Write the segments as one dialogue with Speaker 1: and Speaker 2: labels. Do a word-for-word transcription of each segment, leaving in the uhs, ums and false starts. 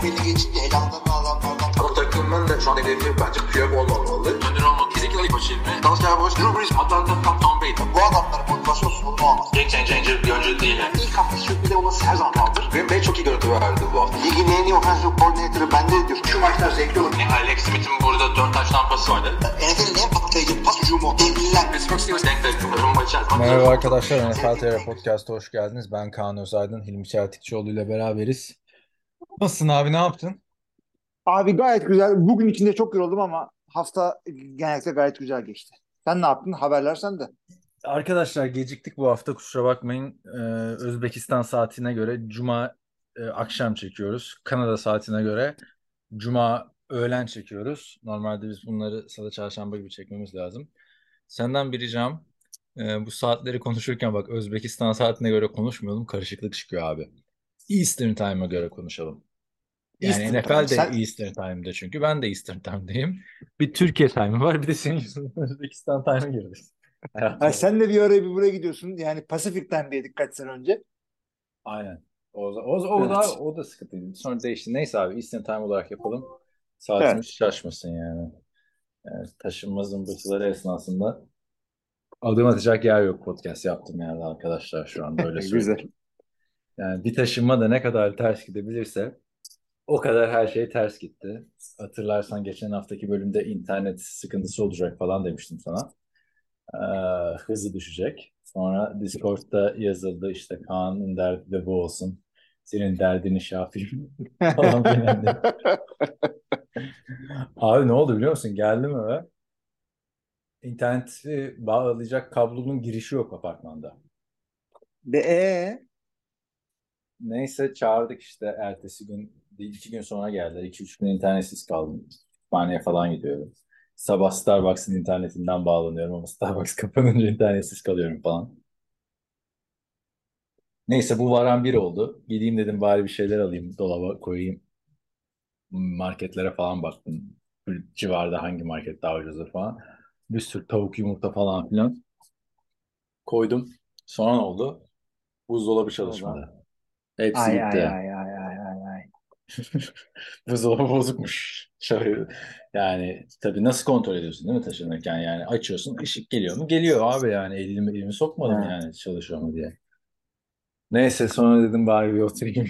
Speaker 1: belli geçince elamdan adamlardan.
Speaker 2: Ama takımın da şu an hedefi bence Piyok olmamalı.
Speaker 3: Önder olmak. Ezekiel Aybaşı ilmi.
Speaker 2: Dalsya Boş,
Speaker 3: Drew Brees, Atlanta, Tom, Tom Brady.
Speaker 1: Bu adamların motivasyon sorunu olmaz.
Speaker 3: Game changer bir oyuncu değil. Yani.
Speaker 1: İlk hafta sürpriz olması her zaman kaldır.
Speaker 2: Green Bay çok iyi görüntü verdi bu hafta.
Speaker 1: Ligin en iyi offensive coordinator'ı bende diyor. Şu maçlar zevkli olur.
Speaker 3: Yani Alex Smith'in burada dört taş tampası vardı.
Speaker 1: N F L'in en patlayıcı pas hücumu. Devliler.
Speaker 3: Pittsburgh Steelers denk denk. Rumba içerisinde.
Speaker 4: Merhaba arkadaşlar, N F L T R Podcast'a hoş geldiniz. Ben Kaan Özaydın, Hilmi Çeltikçioğlu ile beraberiz. Nasılsın abi, ne yaptın?
Speaker 5: Abi gayet güzel. Bugün içinde çok yoruldum ama hafta genellikle gayet güzel geçti. Sen ne yaptın? Haberler sende.
Speaker 4: Arkadaşlar geciktik bu hafta, kusura bakmayın. Ee, Özbekistan saatine göre Cuma e, akşam çekiyoruz. Kanada saatine göre Cuma öğlen çekiyoruz. Normalde biz bunları Salı Çarşamba gibi çekmemiz lazım. Senden bir ricam, e, bu saatleri konuşurken bak Özbekistan saatine göre konuşmayalım, karışıklık çıkıyor abi. Eastern Time'a göre konuşalım. Yani
Speaker 5: Eastern
Speaker 4: N F L de
Speaker 5: Time. Sen-
Speaker 4: Eastern Time'da çünkü. Ben de Eastern Time'dayım. Bir Türkiye Time'ı var, bir de senin yüzünden Özbekistan Time'a girdik.
Speaker 5: Ha, sen de bir araya bir buraya gidiyorsun. Yani Pacific Time'deydik kaç sene önce.
Speaker 4: Aynen. O, o, o
Speaker 5: Evet.
Speaker 4: da o da sıkıntıydı. Sonra değişti. Neyse abi, Eastern Time olarak yapalım. Saatimiz
Speaker 5: Evet.
Speaker 4: şaşmasın yani. Yani taşınma zımbırtıları esnasında adım atacak yer yok podcast yaptım yani arkadaşlar, şu anda öyle söyleyeyim.
Speaker 5: Güzel.
Speaker 4: Yani bir taşınma da ne kadar ters gidebilirse o kadar her şey ters gitti. Hatırlarsan geçen haftaki bölümde internet sıkıntısı olacak falan demiştim sana. Ee, hızı düşecek. Sonra Discord'da yazıldı işte, Kaan'ın derdi de bu olsun. Senin derdini şey yapayım falan filan diye. Abi ne oldu biliyor musun? Geldim eve. İnterneti bağlayacak kablonun girişi yok apartmanda.
Speaker 5: De ee?
Speaker 4: Neyse çağırdık işte ertesi gün, bir iki gün sonra geldiler. İki üç gün internetsiz kaldım. Kütüphaneye falan gidiyorum. Sabah Starbucks'ın internetinden bağlanıyorum ama Starbucks kapanınca internetsiz kalıyorum falan. Neyse bu varan bir oldu. Gideyim dedim, bari bir şeyler alayım, dolaba koyayım. Marketlere falan baktım. Civarda hangi market daha ucuzdur falan. Bir sürü tavuk, yumurta falan filan koydum. Sonra ne oldu? Buzdolabı
Speaker 5: Valla.
Speaker 4: çalışmadı. Hepsi
Speaker 5: Ay ay
Speaker 4: gitti.
Speaker 5: ay ay ay ay ay.
Speaker 4: Buzdolabı bozukmuş. Şöyle, yani tabii nasıl kontrol ediyorsun değil mi taşınırken? Yani açıyorsun, ışık geliyor mu? Geliyor abi, yani elimi, elimi sokmadım
Speaker 5: Ha.
Speaker 4: yani çalışıyor mu diye. Neyse sonra dedim bari bir oturayım.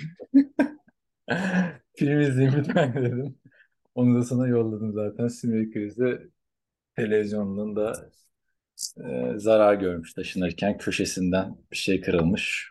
Speaker 4: Film izleyeyim bir tane dedim. Onu da sana yolladım zaten. Sinir krizi televizyonunun da e, zarar görmüş, taşınırken köşesinden bir şey kırılmış.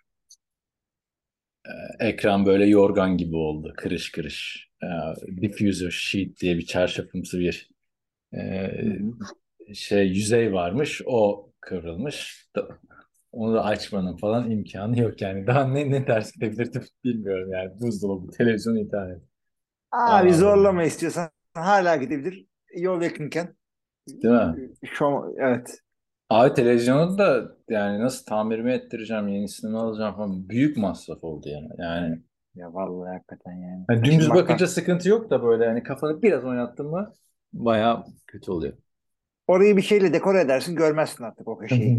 Speaker 4: Ekran böyle yorgan gibi oldu, kırış kırış. E, diffuser sheet diye bir çarşafımsı bir e,
Speaker 5: Hı hı.
Speaker 4: şey yüzey varmış. O kıvrılmış. Da- Onu da açmanın falan imkanı yok yani. Daha ne ne ters gidebilirdim bilmiyorum yani. Buzdolabı, televizyon, internet.
Speaker 5: Abi
Speaker 4: Aman
Speaker 5: zorlama
Speaker 4: Allah'ım.
Speaker 5: istiyorsan hala gidebilir. Yol yakınken.
Speaker 4: Değil mi?
Speaker 5: Şu, evet.
Speaker 4: Abi televizyonu da yani nasıl tamir mi ettireceğim, yenisini mi alacağım falan, büyük masraf oldu yani. Yani
Speaker 5: Ya vallahi hakikaten yani.
Speaker 4: hani dümdüz bakınca
Speaker 5: Taşınmaktan.
Speaker 4: sıkıntı yok da böyle yani kafanı biraz oynattın mı bayağı kötü oluyor.
Speaker 5: Orayı bir şeyle dekore edersin, görmezsin artık o köşeyi.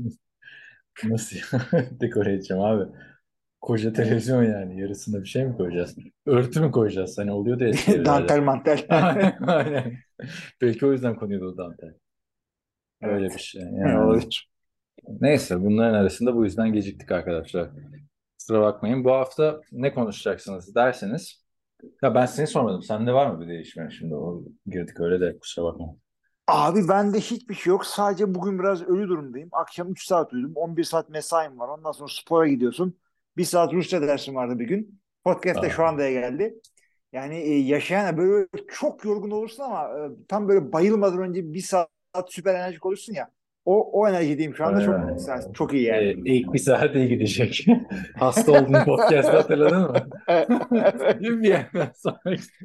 Speaker 4: Nasıl ya? Dekore edeceğim abi. Koca
Speaker 5: Evet.
Speaker 4: televizyon yani. Yarısına bir şey mi koyacağız? Örtü mü koyacağız? Hani oluyordu eski evlerde.
Speaker 5: Dantel mantel.
Speaker 4: Aynen, aynen. Belki o yüzden konuyordu o dantel. Öyle bir
Speaker 5: Evet.
Speaker 4: şey yani.
Speaker 5: Olabilir.
Speaker 4: Neyse bunların arasında bu yüzden geciktik arkadaşlar. Kusura bakmayın. Bu hafta ne konuşacaksınız derseniz. Ya ben seni sormadım. Sende var mı bir değişme? Şimdi o girdik öyle de kusura bakma.
Speaker 5: Abi bende hiçbir şey yok. Sadece bugün biraz ölü durumdayım. Akşam üç saat uyudum. on bir saat mesaim var. Ondan sonra spora gidiyorsun. Bir saat Rusça dersim vardı bir gün. Podcast de
Speaker 4: Aa,
Speaker 5: şu anda geldi. Yani e, yaşayan böyle çok yorgun olursun ama e, tam böyle bayılmadan önce bir saat süper enerjik olursun ya. O, o enerjideyim şu anda, çok
Speaker 4: öyle mi?
Speaker 5: çok iyi
Speaker 4: Ee,
Speaker 5: yani.
Speaker 4: ilk bir saat iyi gidecek. Hasta olduğun podcast'ı hatırladın mı? Bir yerden sonra.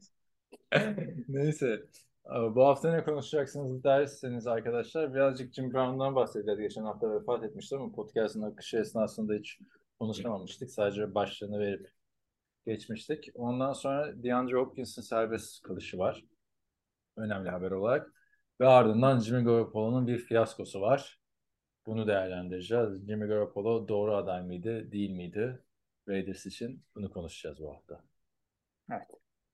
Speaker 4: Neyse. Ee, Bu hafta ne konuşacaksınız derseniz arkadaşlar, birazcık Jim Brown'dan bahsedeceğiz. Geçen hafta vefat etmişti ama podcast'ın akışı esnasında hiç konuşamamıştık. Sadece başlığını verip geçmiştik. Ondan sonra DeAndre Hopkins'in serbest kalışı var. Önemli haber olarak. Ve ardından Jimmy Garoppolo'nun bir fiyaskosu var. Bunu değerlendireceğiz. Jimmy Garoppolo doğru aday mıydı, değil miydi Raiders için? Bunu konuşacağız bu hafta.
Speaker 5: Evet.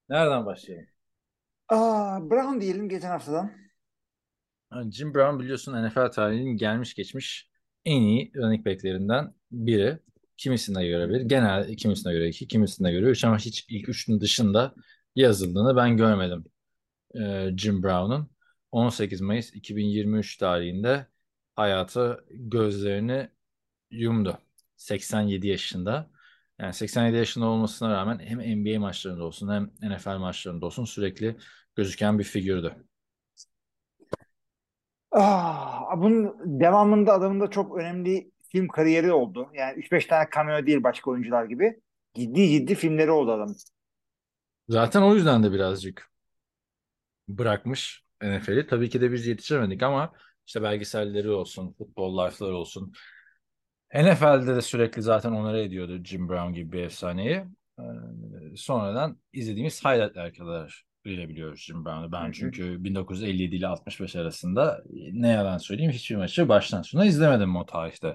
Speaker 4: Nereden başlayalım?
Speaker 5: Aa, Brown diyelim geçen haftadan.
Speaker 4: Yani Jim Brown biliyorsun N F L tarihinin gelmiş geçmiş en iyi running back'lerinden biri. Kimisine göre bir, genel kimisine göre iki, kimisine göre üç ama hiç ilk üçünün dışında yazıldığını ben görmedim e, Jim Brown'un. on sekiz Mayıs iki bin yirmi üç tarihinde hayatı gözlerini yumdu. seksen yedi yaşında. Yani seksen yedi yaşında olmasına rağmen hem N B A maçlarında olsun hem N F L maçlarında olsun sürekli gözüken bir figürdü.
Speaker 5: Ah, bunun devamında adamın da çok önemli film kariyeri oldu. Yani üç beş tane cameo değil başka oyuncular gibi. Ciddi ciddi filmleri oldu adamın.
Speaker 4: Zaten o yüzden de birazcık bırakmış N F L'i. Tabii ki de biz yetişemedik ama işte belgeselleri olsun, futbol life'ları olsun. N F L'de de sürekli zaten onore ediyordu Jim Brown gibi bir efsaneyi. Ee, sonradan izlediğimiz highlightler kadar bilebiliyoruz Jim Brown'u.
Speaker 5: Hı
Speaker 4: Ben
Speaker 5: hı.
Speaker 4: çünkü bin dokuz yüz elli yedi ile altmış beş arasında ne yalan söyleyeyim hiçbir maçı baştan sona izlemedim o tarihte.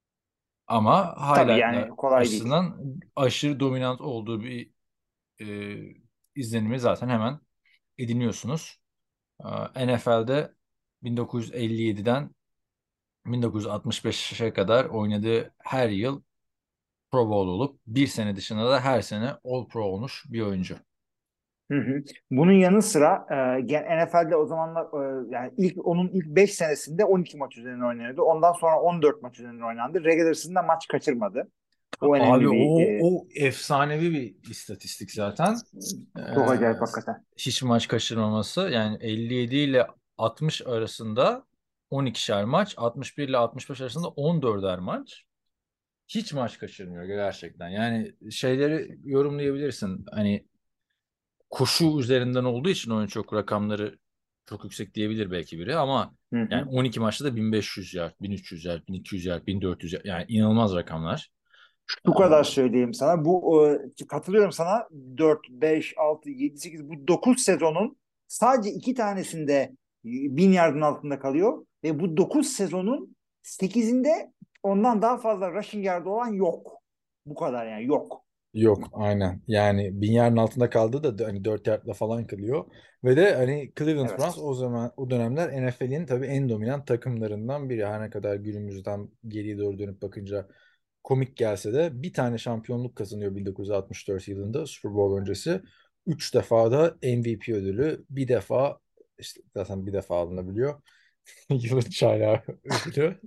Speaker 4: Ama
Speaker 5: Tabii yani
Speaker 4: highlightlar
Speaker 5: kolay değil.
Speaker 4: açısından aşırı dominant olduğu bir e, izlenimi zaten hemen ediniyorsunuz. Ee, N F L'de bin dokuz yüz elli yediden bin dokuz yüz altmış beşe kadar oynadığı her yıl Pro Bowl olup bir sene dışında da her sene All Pro olmuş bir oyuncu.
Speaker 5: Hı hı. Bunun yanı sıra e, gen- N F L'de o zamanlar e, yani ilk onun ilk beş senesinde on iki maç üzerinden oynanıyordu. Ondan sonra on dört maç üzerinden oynandı. Regular season'da maç kaçırmadı. O
Speaker 4: Abi
Speaker 5: önemli bir
Speaker 4: o
Speaker 5: e,
Speaker 4: o efsanevi bir istatistik zaten. Ee,
Speaker 5: çok acayip hakikaten.
Speaker 4: hiç maç kaçırmaması yani elli yedi ile altmış arasında on ikişer maç, altmış bir ile altmış beş arasında on dörder maç. Hiç maç kaçırmıyor gerçekten. Yani şeyleri yorumlayabilirsin. Hani koşu üzerinden olduğu için oyun çok rakamları çok yüksek diyebilir belki biri ama
Speaker 5: Hı
Speaker 4: yani
Speaker 5: hı.
Speaker 4: on iki maçta da bin beş yüz yard, bin üç yüz yard, bin iki yüz yard, bin dört yüz yard yani inanılmaz rakamlar. Ee,
Speaker 5: Şu kadar söyleyeyim sana. Bu e, katılıyorum sana. Dört, beş, altı, yedi, sekiz bu dokuz sezonun sadece iki tanesinde e, bin yardın altında kalıyor ve bu dokuz sezonun sekizinde ondan daha fazla rushing yardı olan yok. Bu kadar yani yok.
Speaker 4: Yok aynen. Yani bin yardın altında kaldı da hani dört yardla falan kalıyor. Ve de hani Cleveland Browns
Speaker 5: Evet.
Speaker 4: o zaman o dönemler N F L'in tabii en dominant takımlarından biri. Her ne kadar günümüzden geriye doğru dönüp bakınca komik gelse de bir tane şampiyonluk kazanıyor bin dokuz yüz altmış dört yılında Super Bowl öncesi. Üç defa da M V P ödülü. Bir defa işte zaten bir defa alınabiliyor. Yılın çaylağı ödülü.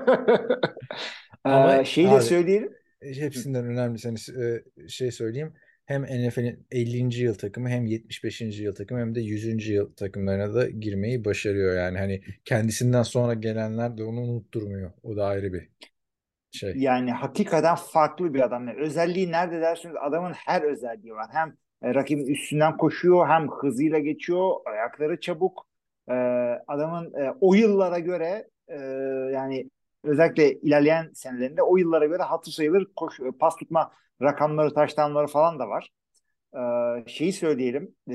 Speaker 4: Ama
Speaker 5: Ee, şeyi de
Speaker 4: abi
Speaker 5: söyleyelim. Hı.
Speaker 4: hepsinden önemli hani e, şey söyleyeyim. Hem N F L'in ellinci yıl takımı hem yetmiş beşinci yıl takımı hem de yüzüncü yıl takımlarına da girmeyi başarıyor yani. Hani kendisinden sonra gelenler de onu unutturmuyor. O da ayrı bir şey.
Speaker 5: Yani hakikaten farklı bir adam. Yani özelliği nerede derseniz adamın her özelliği var. Hem e, rakibin üstünden koşuyor hem hızıyla geçiyor. Ayakları çabuk. Ee, adamın e, o yıllara göre e, yani özellikle ilerleyen senelerinde o yıllara göre hatır sayılır koş, pas tutma rakamları, taştanları falan da var. Ee, şeyi söyleyelim. E,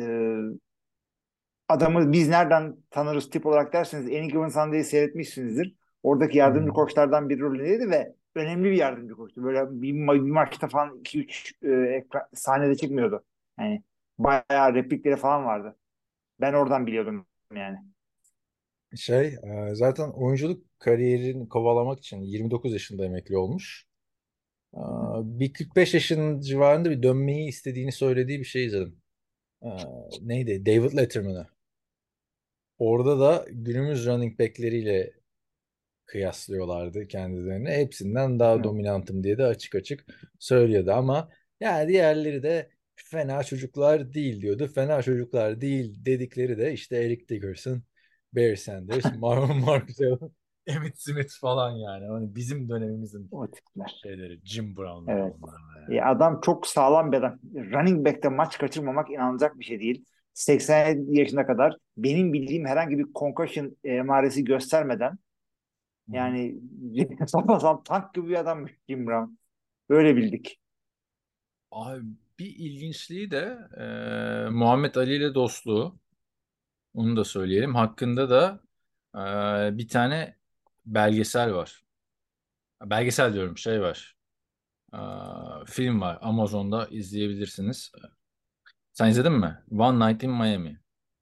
Speaker 5: adamı biz nereden tanırız tip olarak derseniz Any Given Sunday'i seyretmişsinizdir. Oradaki
Speaker 4: Hı
Speaker 5: yardımcı
Speaker 4: hı.
Speaker 5: koçlardan biri rolündeydi ve önemli bir yardımcı koçtu. Böyle bir, ma- bir maçta falan iki üç e, ekran- sahnede çıkmıyordu. Yani bayağı replikleri falan vardı. Ben oradan biliyordum yani.
Speaker 4: Şey e, zaten oyunculuk kariyerini kovalamak için yirmi dokuz yaşında emekli olmuş. E, Bir kırk beş yaşının civarında bir dönmeyi istediğini söylediği bir şey izledim. E, Neydi? David Letterman'ı. Orada da günümüz running back'leriyle kıyaslıyorlardı kendilerini. Hepsinden daha
Speaker 5: Evet.
Speaker 4: dominantım diye de açık açık söylüyordu ama ya diğerleri de fena çocuklar değil diyordu. Fena çocuklar değil dedikleri de işte Eric Dickerson, Barry Sanders, Marvin Marcus Allen, Emmitt Smith falan yani. Hani bizim dönemimizin
Speaker 5: O tipler.
Speaker 4: şeyleri, Jim Brown'ları
Speaker 5: Evet.
Speaker 4: onlar da
Speaker 5: E,
Speaker 4: yani.
Speaker 5: adam çok sağlam bir adam. Running back'te maç kaçırmamak inanılacak bir şey değil. seksen yedi yaşına kadar benim bildiğim herhangi bir concussion e, emaresi göstermeden
Speaker 4: Hı hı.
Speaker 5: yani sapasam tank gibi bir adammış Jim Brown. Öyle bildik.
Speaker 4: Abi bir ilginçliği de e, Muhammed Ali ile dostluğu. Onu da söyleyelim. Hakkında da e, bir tane belgesel var. Belgesel diyorum şey var. E, film var. Amazon'da izleyebilirsiniz. Sen izledin mi? One Night in Miami.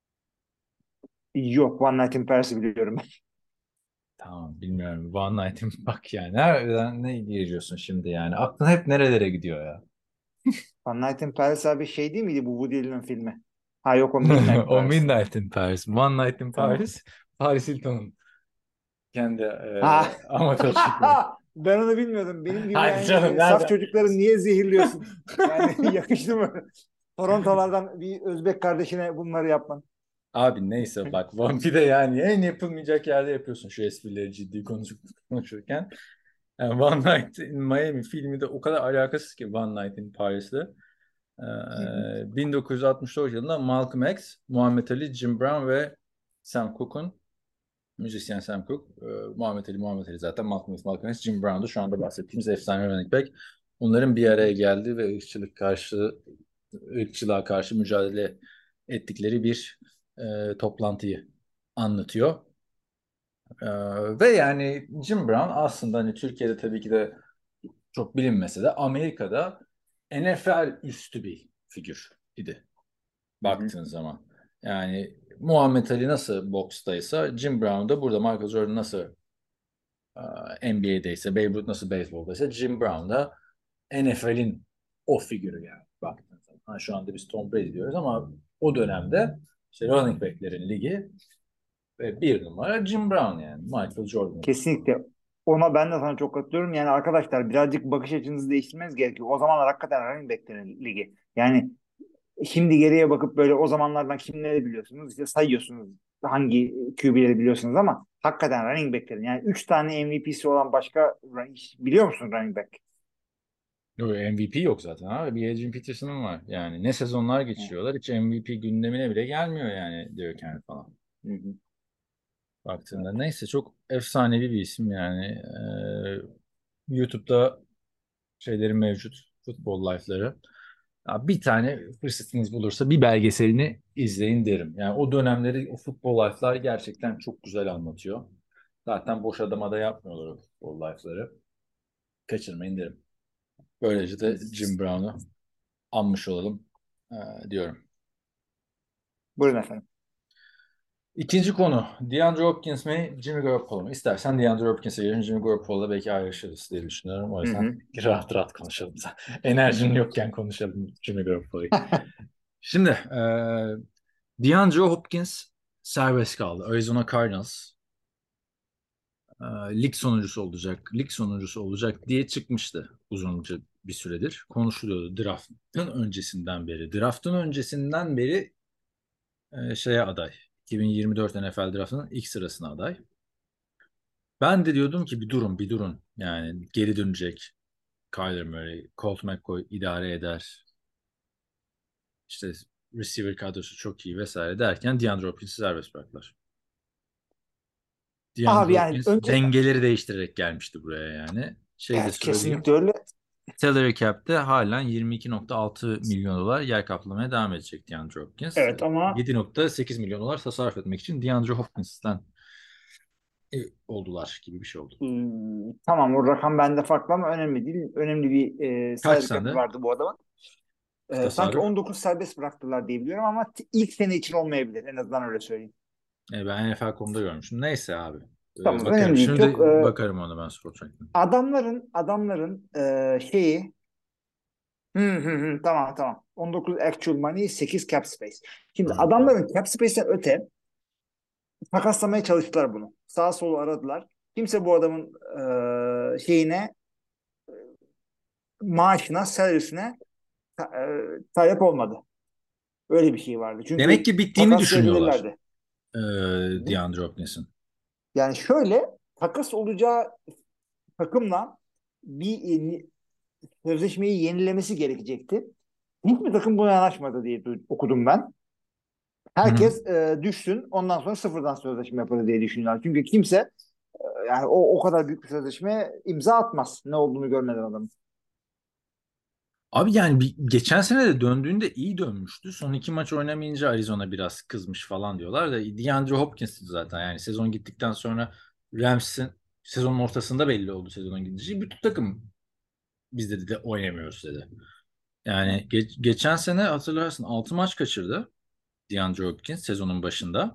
Speaker 5: Yok, One Night in Paris'i biliyorum ben.
Speaker 4: Tamam, bilmiyorum. One Night in bak yani. Nereden ne giriyorsun şimdi yani? Aklın hep nerelere gidiyor ya?
Speaker 5: One Night in Paris abi şey değil miydi bu Woody Allen'ın filmi? Ha yok, o Midnight in
Speaker 4: O
Speaker 5: Paris.
Speaker 4: Midnight in Paris. One Night in
Speaker 5: Tamam.
Speaker 4: Paris. Paris Hilton'un kendi
Speaker 5: Ha.
Speaker 4: e, amatör şirketi.
Speaker 5: Ben onu bilmiyordum. Benim gibi
Speaker 4: Hadi
Speaker 5: yani
Speaker 4: canım,
Speaker 5: e, saf
Speaker 4: nereden?
Speaker 5: çocukları niye zehirliyorsun? Yani yakıştı mı? Torontolardan bir Özbek kardeşine bunları yapman.
Speaker 4: Abi neyse bak, One de yani en yapılmayacak yerde yapıyorsun şu esprileri ciddi konuşup konuşurken. Yani One Night in Miami filmi de o kadar alakasız ki One Night in Paris'le.
Speaker 5: Hı hı.
Speaker 4: Ee, bin dokuz yüz altmış dört yılında Malcolm X, Muhammed Ali, Jim Brown ve Sam Cooke'un, müzisyen Sam Cooke, e, Muhammed Ali, Muhammed Ali zaten, Malcolm X, Malcolm X, Jim Brown'da şu anda bahsettiğimiz efsane running back. Onların bir araya geldiği ve ırkçılık karşı, ırkçılığa karşı mücadele ettikleri bir e, toplantıyı anlatıyor. E, ve yani Jim Brown aslında hani Türkiye'de tabii ki de çok bilinmese de Amerika'da N F L üstü bir figür idi
Speaker 5: Hı hı.
Speaker 4: baktığın zaman. Yani Muhammed Ali nasıl bokstaysa, Jim Brown da burada, Michael Jordan nasıl e, N B A'deyse, Babe Ruth nasıl beyzboldaysa, Jim Brown da N F L'in o figürü yani baktığın zaman. Ha, şu anda biz Tom Brady diyoruz ama o dönemde işte running back'lerin ligi ve bir numara Jim Brown yani. Michael Jordan'ın.
Speaker 5: Kesinlikle. Ona ben de sana çok katılıyorum. Yani arkadaşlar birazcık bakış açınızı değiştirmeniz gerekiyor. O zamanlar hakikaten running back'lerin ligi. Yani şimdi geriye bakıp böyle o zamanlardan kimleri biliyorsunuz? İşte sayıyorsunuz hangi Q B'leri biliyorsunuz ama hakikaten running back'lerin. Yani üç tane M V P'si olan başka biliyor musun running back?
Speaker 4: Yok, M V P yok zaten abi. Bir Adrian Peterson'ın var. Yani ne sezonlar geçiriyorlar. Hiç M V P gündemine bile gelmiyor yani Derrick Henry falan.
Speaker 5: Hı hı.
Speaker 4: Baktığında.
Speaker 5: Evet.
Speaker 4: Neyse, çok efsanevi bir isim yani. Ee, YouTube'da şeyleri mevcut. Futbol Life'ları. Ya bir tane fırsatınız bulursa bir belgeselini izleyin derim. Yani o dönemleri, o Futbol Life'lar gerçekten çok güzel anlatıyor. Zaten boş adama da yapmıyorlar o Futbol Life'ları. Kaçırmayın derim. Böylece de Jim Brown'u anmış olalım ee, diyorum.
Speaker 5: Buyurun efendim.
Speaker 4: İkinci konu. DeAndre Hopkins mi, Jimmy Garoppolo mu? İstersen DeAndre Hopkins'e gelin, Jimmy Garoppolo'la belki ayrışırız diye düşünüyorum. O
Speaker 5: Hı
Speaker 4: yüzden
Speaker 5: hı.
Speaker 4: rahat rahat konuşalım. Enerjin yokken konuşalım Jimmy Garoppolo'yu. Şimdi e, DeAndre Hopkins serbest kaldı. Arizona Cardinals e, lig sonuncusu olacak, lig sonuncusu olacak diye çıkmıştı uzunca bir süredir. Konuşuluyordu draftın öncesinden beri. Draftın öncesinden beri e, şeye aday. iki bin yirmi dört N F L draftının ilk sırasına aday. Ben de diyordum ki bir durun, bir durun. Yani geri dönecek Kyler Murray, Colt McCoy idare eder. İşte receiver kadrosu çok iyi vesaire derken DeAndre Hopkins'i serbest bıraktılar. DeAndre
Speaker 5: Abi yani
Speaker 4: Hopkins
Speaker 5: önce
Speaker 4: dengeleri değiştirerek gelmişti buraya yani. Şey de
Speaker 5: evet,
Speaker 4: söyleyeyim.
Speaker 5: kesinlikle öyle.
Speaker 4: Salary cap'te halen yirmi iki nokta altı milyon dolar yer kaplamaya devam edecek DeAndre Hopkins.
Speaker 5: Evet ama
Speaker 4: yedi nokta sekiz milyon dolar tasarruf etmek için DeAndre Hopkins'ten e, oldular gibi bir şey oldu.
Speaker 5: ım, tamam, o rakam bende farklı ama önemli değil. Önemli bir e,
Speaker 4: Kaç
Speaker 5: salary cap'i
Speaker 4: sende
Speaker 5: vardı bu adamın. E, sanki
Speaker 4: tasarruf?
Speaker 5: on dokuz serbest bıraktılar diye biliyorum ama t- ilk sene için olmayabilir. En azından öyle söyleyeyim.
Speaker 4: E, ben N F L nokta com'da görmüşüm. Neyse abi. E,
Speaker 5: Tamam,
Speaker 4: bakarım.
Speaker 5: önemli değil. Çok
Speaker 4: Şimdi
Speaker 5: e,
Speaker 4: bakarım ona ben Spotrack'tan.
Speaker 5: adamların adamların e, şeyi hı, hı, hı, tamam tamam. on dokuz actual money, sekiz cap space. Şimdi
Speaker 4: Hı.
Speaker 5: adamların cap space'ten öte takaslamaya çalıştılar bunu. Sağ solu aradılar. Kimse bu adamın e, şeyine, maaşına, salary'sine ta- e, talep olmadı. Öyle bir şey vardı.
Speaker 4: Demek
Speaker 5: Çünkü
Speaker 4: ki bittiğini düşünüyorlar
Speaker 5: takaslayabilirlerdi.
Speaker 4: e,
Speaker 5: Hı hı.
Speaker 4: DeAndre Hopkins'in.
Speaker 5: Yani şöyle, takas olacağı takımla bir e, sözleşmeyi yenilemesi gerekecekti. Hiçbir takım buna yanaşmadı diye du- okudum ben.
Speaker 4: Hı hı.
Speaker 5: Herkes e, düşsün, ondan sonra sıfırdan sözleşme yapılır diye düşünüyorlar. Çünkü kimse e, yani o, o kadar büyük bir sözleşmeye imza atmaz ne olduğunu görmeden adamın.
Speaker 4: Abi yani bir, geçen sene de döndüğünde iyi dönmüştü. Son iki maç oynamayınca Arizona biraz kızmış falan diyorlar da DeAndre Hopkins'ti zaten. Yani sezon gittikten sonra Rams'in sezonun ortasında belli oldu sezonun gideceği. Bütün takım biz dedi de oynamıyoruz dedi. Yani ge- geçen sene hatırlarsın altı maç kaçırdı DeAndre Hopkins sezonun başında.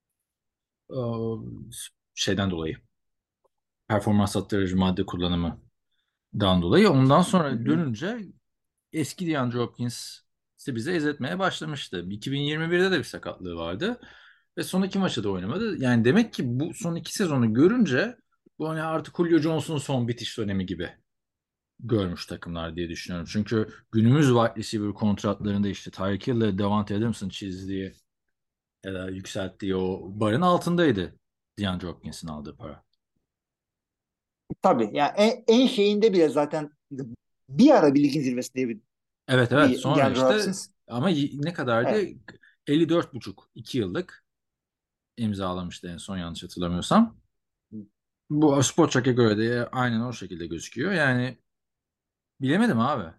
Speaker 4: Ee, şeyden dolayı. Performans arttırıcı madde kullanımından dolayı. Ondan
Speaker 5: Hı
Speaker 4: sonra
Speaker 5: hı.
Speaker 4: dönünce eski DeAndre Hopkins işte bize ezletmeye başlamıştı. iki bin yirmi birde de bir sakatlığı vardı. Ve son iki maçı da oynamadı. Yani demek ki bu son iki sezonu görünce bu hani artık Julio Jones'un son bitiş dönemi gibi görmüş takımlar diye düşünüyorum. Çünkü günümüz wide receiver kontratlarında işte Tyreek Hill ile Davante Adams'ın çizdiği ya da yükselttiği o barın altındaydı DeAndre Hopkins'in aldığı para.
Speaker 5: Tabii yani en, en şeyinde bile zaten bir ara bir ligin zirvesinde bir,
Speaker 4: Evet, evet,
Speaker 5: bir
Speaker 4: sonra
Speaker 5: DeAndre
Speaker 4: işte
Speaker 5: Hopkins.
Speaker 4: ama y- ne kadardı?
Speaker 5: Evet.
Speaker 4: elli dört buçuk iki yıllık imzalamıştı en son yanlış hatırlamıyorsam. Bu Spor Track'e göre de aynen o şekilde gözüküyor. Yani bilemedim abi.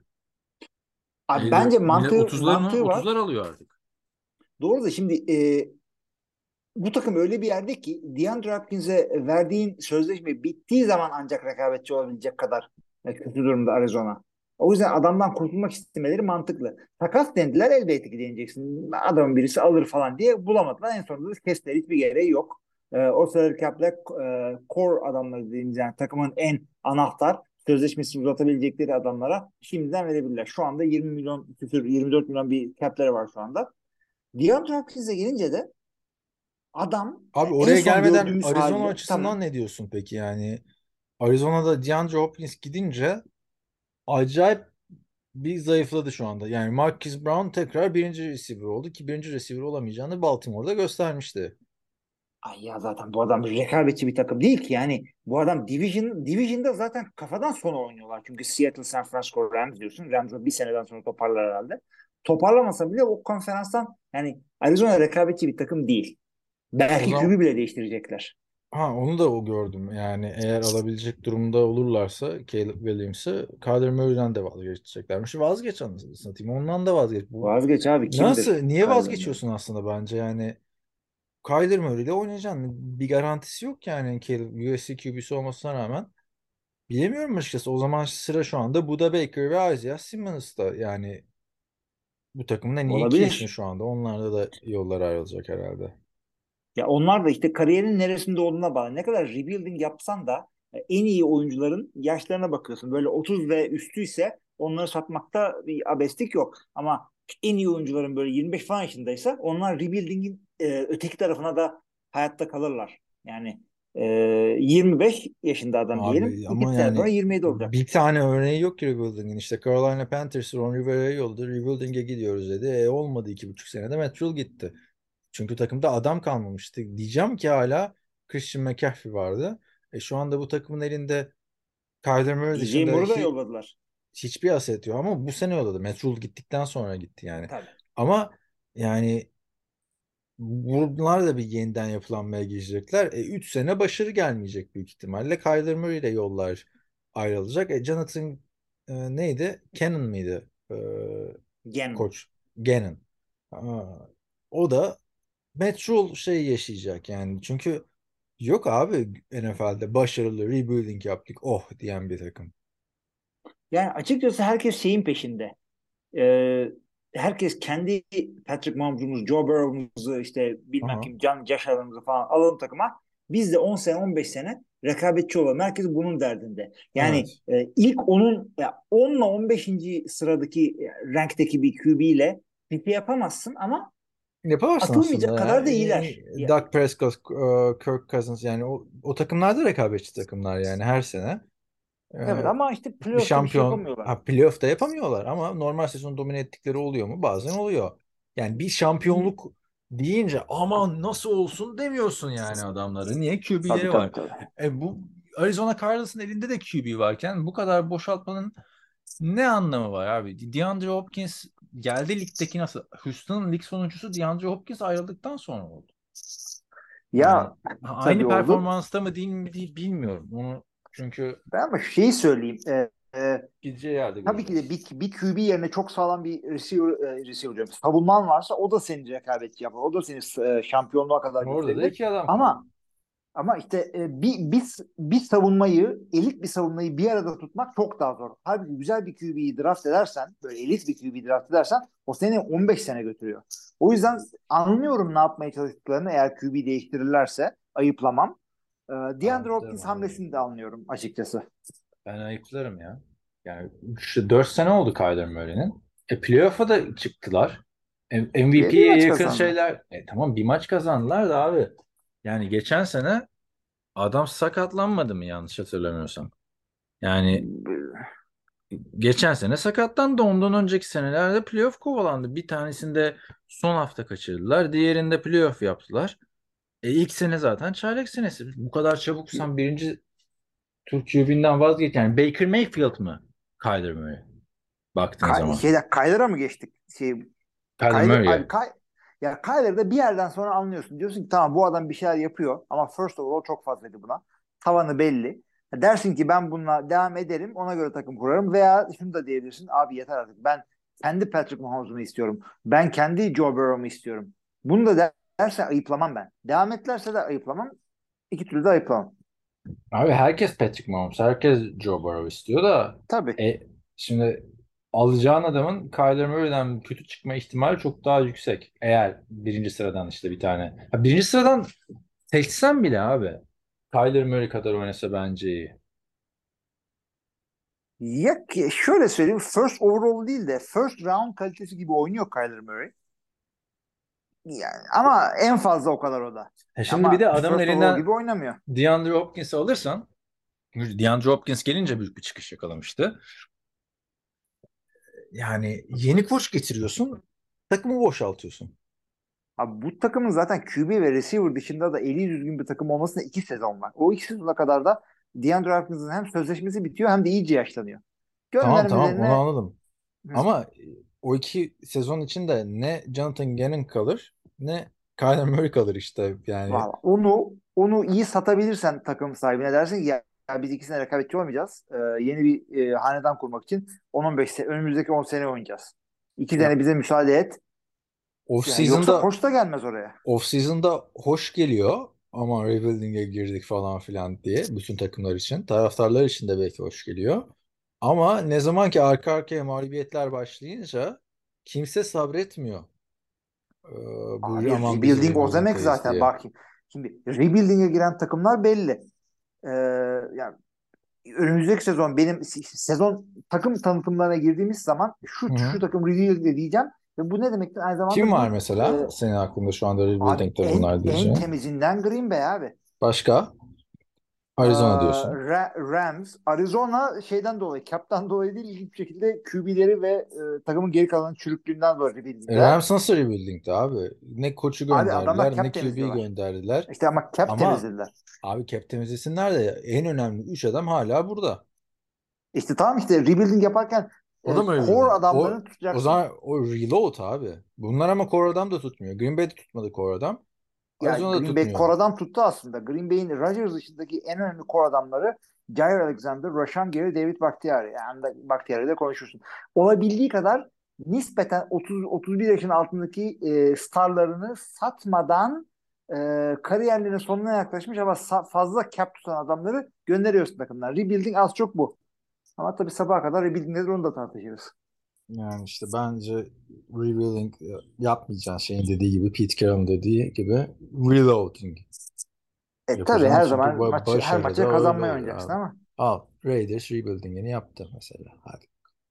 Speaker 5: Abi
Speaker 4: elli
Speaker 5: bence
Speaker 4: millet
Speaker 5: mantığı
Speaker 4: otuzlarını
Speaker 5: mantığı var.
Speaker 4: otuzlar alıyor artık.
Speaker 5: Doğru da şimdi e, bu takım öyle bir yerde ki DeAndre Hopkins'e verdiğin sözleşme bittiği zaman ancak rekabetçi olabilecek kadar e, kötü durumda Arizona. O yüzden adamdan kurtulmak istemeleri mantıklı. Takas dendiler elbette ki deneyeceksin. Adamın birisi alır falan diye bulamadılar. En sonunda da kestiler. Hiçbir gereği yok. E, o salary cap'le e, core adamları dediğimiz yani takımın en anahtar sözleşmesi uzatabilecekleri adamlara şimdiden verebilirler. Şu anda yirmi milyon küsür yirmi dört milyon bir cap'leri var şu anda. DeAndre Hopkins'e gelince de adam e,
Speaker 4: Abi
Speaker 5: en
Speaker 4: oraya
Speaker 5: son
Speaker 4: gelmeden
Speaker 5: gördüğümüz
Speaker 4: Arizona
Speaker 5: haliyle
Speaker 4: açısından
Speaker 5: tamam.
Speaker 4: ne diyorsun peki? Yani Arizona'da DeAndre Hopkins gidince acayip bir zayıfladı şu anda. Yani Marquise Brown tekrar birinci receiver oldu ki birinci receiver olamayacağını Baltimore'da göstermişti.
Speaker 5: Ay ya zaten bu adam rekabetçi bir takım değil ki yani bu adam division division'da zaten kafadan sona oynuyorlar. Çünkü Seattle, San Francisco Rams diyorsun. Rams bir seneden sonra toparlar herhalde. Toparlamasa bile o konferanstan yani Arizona rekabetçi bir takım değil.
Speaker 4: O
Speaker 5: Belki
Speaker 4: zaman
Speaker 5: Q B bile değiştirecekler.
Speaker 4: ha onu da o gördüm. Yani eğer alabilecek durumda olurlarsa Caleb Williams'ı Kyler Murray'den de vazgeçeceklermiş. Vazgeç anasını satayım. Ondan da vazgeç. Bu
Speaker 5: Vazgeç abi
Speaker 4: nasıl?
Speaker 5: kimdir
Speaker 4: Niye
Speaker 5: Kyler Murray?
Speaker 4: vazgeçiyorsun aslında bence? Yani Kyler Murray'le oynayacaksın. Bir garantisi yok yani Caleb U S C Q B'si olmasına rağmen. Bilemiyorum açıkçası. O zaman sıra şu anda Buda Baker ve Isaiah Simmons'ta. Yani bu takımın en iyi iki ismi
Speaker 5: Olabilir.
Speaker 4: şu anda. Onlarda da yollar ayrılacak herhalde.
Speaker 5: Ya onlar da işte kariyerin neresinde olduğuna bağlı. Ne kadar rebuilding yapsan da e, en iyi oyuncuların yaşlarına bakıyorsun. Böyle otuz ve üstüyse onları satmakta bir abeslik yok. Ama en iyi oyuncuların böyle yirmi beş falan yaşındaysa onlar rebuilding'in e, öteki tarafına da hayatta kalırlar. Yani e, yirmi beş yaşında adam diyelim.
Speaker 4: Abi
Speaker 5: İki
Speaker 4: ama
Speaker 5: sene sonra
Speaker 4: yani
Speaker 5: yirmi yedi olacak.
Speaker 4: bir tane örneği yok ki Rebuilding'in. İşte Carolina Panthers Ron Rivera'ya yolladı. Rebuilding'e gidiyoruz dedi. E olmadı iki buçuk senede Matt Rhule gitti. Çünkü takımda adam kalmamıştı. Diyeceğim ki hala Christian McCaffrey vardı. E şu anda bu takımın elinde Kyler Murray
Speaker 5: D J
Speaker 4: dışında
Speaker 5: Moore'u da
Speaker 4: hi-
Speaker 5: yolladılar.
Speaker 4: hiçbir aset yok ama bu sene yolladı. Matt Rhule gittikten sonra gitti yani.
Speaker 5: Tabii.
Speaker 4: Ama yani bunlar da bir yeniden yapılanmaya girecekler. E, üç sene başarı gelmeyecek büyük ihtimalle. Kyler Murray ile yollar ayrılacak. E, Jonathan e, neydi? Cannon mıydı? E,
Speaker 5: Gannon.
Speaker 4: koç. Gannon. Aa, o da Matt Rhule şey yaşayacak yani. Çünkü yok abi N F L'de başarılı rebuilding yaptık oh diyen bir takım.
Speaker 5: Yani açıkçası herkes şeyin peşinde. Ee, herkes kendi Patrick Mahomes'umuzu, Joe Burrow'umuzu işte bilmem
Speaker 4: Aha.
Speaker 5: kim Can Josh Allen'ımızı falan alalım takıma. Biz de on sene on beş sene rekabetçi olalım. Herkes bunun derdinde. Yani
Speaker 4: Evet.
Speaker 5: e, ilk onun ya on ile on beşinci sıradaki e, rankteki bir Q B ile bir şey yapamazsın ama
Speaker 4: Yaparsın
Speaker 5: atılmayacak
Speaker 4: aslında ya.
Speaker 5: kadar da iyiler.
Speaker 4: E,
Speaker 5: Ya,
Speaker 4: Dak Prescott, e, Kirk Cousins yani o, o takımlarda rekabetçi takımlar yani her sene. E,
Speaker 5: evet ama işte
Speaker 4: bir
Speaker 5: playoff'ta bir şey
Speaker 4: şampiyon
Speaker 5: yapamıyorlar.
Speaker 4: ha, playoff'ta yapamıyorlar ama normal sezon domine ettikleri oluyor mu? Bazen oluyor. Yani bir şampiyonluk deyince aman nasıl olsun demiyorsun yani adamları. Niye?
Speaker 5: Tabii
Speaker 4: Q B'leri
Speaker 5: tabii
Speaker 4: var.
Speaker 5: tabii.
Speaker 4: E, bu Arizona Cardinals'ın elinde de Q B varken bu kadar boşaltmanın ne anlamı var abi? DeAndre Hopkins geldi ligdeki nasıl? Houston'ın lig sonuncusu DeAndre Hopkins ayrıldıktan sonra oldu. Yani
Speaker 5: Ya
Speaker 4: aynı
Speaker 5: tabii oldu.
Speaker 4: performansta mı değil mi değil bilmiyorum. Onu çünkü
Speaker 5: Ben ama şeyi söyleyeyim. E, e,
Speaker 4: gideceği yerde
Speaker 5: Tabii ki de
Speaker 4: göreceğiz.
Speaker 5: bir, bir Q B yerine çok sağlam bir receiver, e, receiver diyorum. Savunman varsa o da seni rekabetçi yapar. O da seni e, şampiyonluğa kadar
Speaker 4: Orada da
Speaker 5: götürebilir.
Speaker 4: iki adam kaldı.
Speaker 5: Ama Ama işte e, bir, bir, bir savunmayı, elit bir savunmayı bir arada tutmak çok daha zor. Halbuki güzel bir Q B'yi draft edersen, böyle elit bir Q B draft edersen o seni on beş sene götürüyor. O yüzden anlıyorum ne yapmaya çalıştıklarını, eğer Q B değiştirirlerse ayıplamam. Ee, DeAndre
Speaker 4: Ayıplarım
Speaker 5: Hopkins
Speaker 4: abi.
Speaker 5: hamlesini de anlıyorum açıkçası.
Speaker 4: Ben ayıplarım ya. Yani işte dört sene oldu Kyler Murray'nin. E playoff'a da çıktılar.
Speaker 5: Ve bir
Speaker 4: M V P'ye
Speaker 5: maç
Speaker 4: yakın
Speaker 5: kazandı.
Speaker 4: şeyler. E tamam, bir maç kazandılar da abi. Yani geçen sene adam sakatlanmadı mı yanlış hatırlamıyorsam. Yani geçen sene sakatlandı. Ondan önceki senelerde playoff kovalandı. Bir tanesinde son hafta kaçırdılar. Diğerinde playoff yaptılar. E ilk sene zaten çaylak senesi. Bu kadar çabuk sen birinci tur Q B'nden vazgeç. Yani Baker Mayfield mı? Kyler Murray. Baktığın
Speaker 5: Ka-
Speaker 4: zaman.
Speaker 5: şeyde Kyler'a mı geçtik? Şey,
Speaker 4: Kyler
Speaker 5: Kyler,
Speaker 4: Murray.
Speaker 5: abi Ky ya Kyler'da bir yerden sonra anlıyorsun. Diyorsun ki tamam, bu adam bir şeyler yapıyor ama first overall çok fazlaydı buna. Tavanı belli. Dersin ki ben bununla devam ederim, ona göre takım kurarım, veya şunu da diyebilirsin: abi yeter artık, ben kendi Patrick Mahomes'umu istiyorum. Ben kendi Joe Burrow'umu istiyorum. Bunu da der- derse ayıplamam ben. Devam etlerse de ayıplamam. İki türlü de ayıplamam.
Speaker 4: Abi herkes Patrick Mahomes, herkes Joe Burrow istiyor da
Speaker 5: Tabii.
Speaker 4: e, şimdi alacağın adamın Kyler Murray'den kötü çıkma ihtimali çok daha yüksek. Eğer birinci sıradan işte bir tane. Ha, birinci sıradan seçsen bile abi Kyler Murray kadar oynasa bence iyi.
Speaker 5: Ya ki- şöyle söyleyeyim, first overall değil de first round kalitesi gibi oynuyor Kyler Murray. Yani ama en fazla o kadar o da.
Speaker 4: Ha, şimdi bir
Speaker 5: Ama
Speaker 4: de adamın
Speaker 5: first overall
Speaker 4: elinden
Speaker 5: gibi oynamıyor.
Speaker 4: DeAndre Hopkins'i alırsan, DeAndre Hopkins gelince büyük bir çıkış yakalamıştı. Yani yeni koç getiriyorsun, takımı boşaltıyorsun.
Speaker 5: Abi bu takımın zaten Q B ve receiver dışında da eli düzgün bir takım olmasına iki sezon var. O iki sezona kadar da DeAndre Hopkins'in hem sözleşmesi bitiyor hem de iyice yaşlanıyor.
Speaker 4: Tamam tamam, onu
Speaker 5: Göndermelerine
Speaker 4: anladım. Ama e, o iki sezon içinde ne Jonathan Gannon kalır ne Kyler Murray kalır işte. Yani
Speaker 5: valla onu onu iyi satabilirsen takım sahibine, dersin ki ya, ya biz ikisine rekabetçi olmayacağız. Ee, yeni bir e, hanedan kurmak için on on beş sene, önümüzdeki on sene oynayacağız. İki
Speaker 4: ya
Speaker 5: sene bize müsaade et.
Speaker 4: off
Speaker 5: Yani yoksa
Speaker 4: season'da
Speaker 5: koç da gelmez oraya.
Speaker 4: off season'da hoş geliyor ama rebuilding'e girdik falan filan diye bütün takımlar için. Taraftarlar için de belki hoş geliyor. Ama ne zaman ki arka arkaya mağlubiyetler başlayınca kimse sabretmiyor. Ee, bu
Speaker 5: Abi
Speaker 4: aman biz
Speaker 5: rebuilding o demek
Speaker 4: rebuilding'deyiz
Speaker 5: zaten.
Speaker 4: diye.
Speaker 5: Bak şimdi rebuilding'e giren takımlar belli. Ee, yani önümüzdeki sezon benim sezon takım tanıtımlarına girdiğimiz zaman
Speaker 4: Hı
Speaker 5: şu şu
Speaker 4: hı.
Speaker 5: takım rebuilding'de diyeceğim ve bu ne demektir? Aynı
Speaker 4: Kim
Speaker 5: zamanda
Speaker 4: var
Speaker 5: bu e,
Speaker 4: mesela senin aklında şu anda
Speaker 5: abi
Speaker 4: rebuilding'de
Speaker 5: en
Speaker 4: bunlar
Speaker 5: en
Speaker 4: diyeceğin?
Speaker 5: temizinden Green Bay abi.
Speaker 4: Başka?
Speaker 5: Ee,
Speaker 4: Arizona diyorsun.
Speaker 5: Ra- Rams, Arizona şeyden dolayı, cap'tan dolayı değil, ilginç bir şekilde Q B'leri ve e, takımın geri kalan çürüklüğünden dolayı
Speaker 4: E,
Speaker 5: rebuilding'deler.
Speaker 4: Rams nasıl rebuilding'di abi? Ne koçu
Speaker 5: Abi adamlar
Speaker 4: gönderdiler, ne
Speaker 5: cap
Speaker 4: Q B
Speaker 5: temizliyorlar.
Speaker 4: gönderdiler.
Speaker 5: İşte ama cap
Speaker 4: Ama
Speaker 5: temizlediler.
Speaker 4: abi cap temizlesinler de en önemli üç adam hala burada.
Speaker 5: İşte tamam, işte rebuilding yaparken
Speaker 4: O da
Speaker 5: e,
Speaker 4: mı
Speaker 5: core
Speaker 4: rebuilding? O
Speaker 5: adamlarını
Speaker 4: o
Speaker 5: tutacaksın.
Speaker 4: zaman o reload abi. Bunlar ama core adam da tutmuyor. Green Bay'de tutmadı core adam.
Speaker 5: Yani
Speaker 4: Arizona'da
Speaker 5: Green Bay
Speaker 4: tutmuyor.
Speaker 5: core adam tuttu aslında. Green Bay'in Rodgers dışındaki en önemli core adamları Jair Alexander, Rashan Gary, David Bakhtiari. Yani da Bakhtiari'de konuşursun. Olabildiği kadar nispeten otuz otuz bir yaşın altındaki e, starlarını satmadan e, kariyerlerinin sonuna yaklaşmış ama sa- fazla cap tutan adamları gönderiyorsun takımlar. Rebuilding az çok bu. Ama tabii sabaha kadar rebuilding nedir onu da tartışırız.
Speaker 4: Yani işte bence rebuilding e, yapmayacaksın şeyin dediği gibi, Pete Carroll'ın dediği gibi reloading
Speaker 5: E tabii
Speaker 4: yapacaksın.
Speaker 5: her
Speaker 4: Çünkü
Speaker 5: zaman
Speaker 4: ba-
Speaker 5: maçı, her
Speaker 4: başarı
Speaker 5: maça
Speaker 4: da öyle
Speaker 5: kazanmayı
Speaker 4: oluyor
Speaker 5: oynayacaksın
Speaker 4: abi.
Speaker 5: ama
Speaker 4: Al, Raiders rebuilding'ini yaptı mesela. Hadi.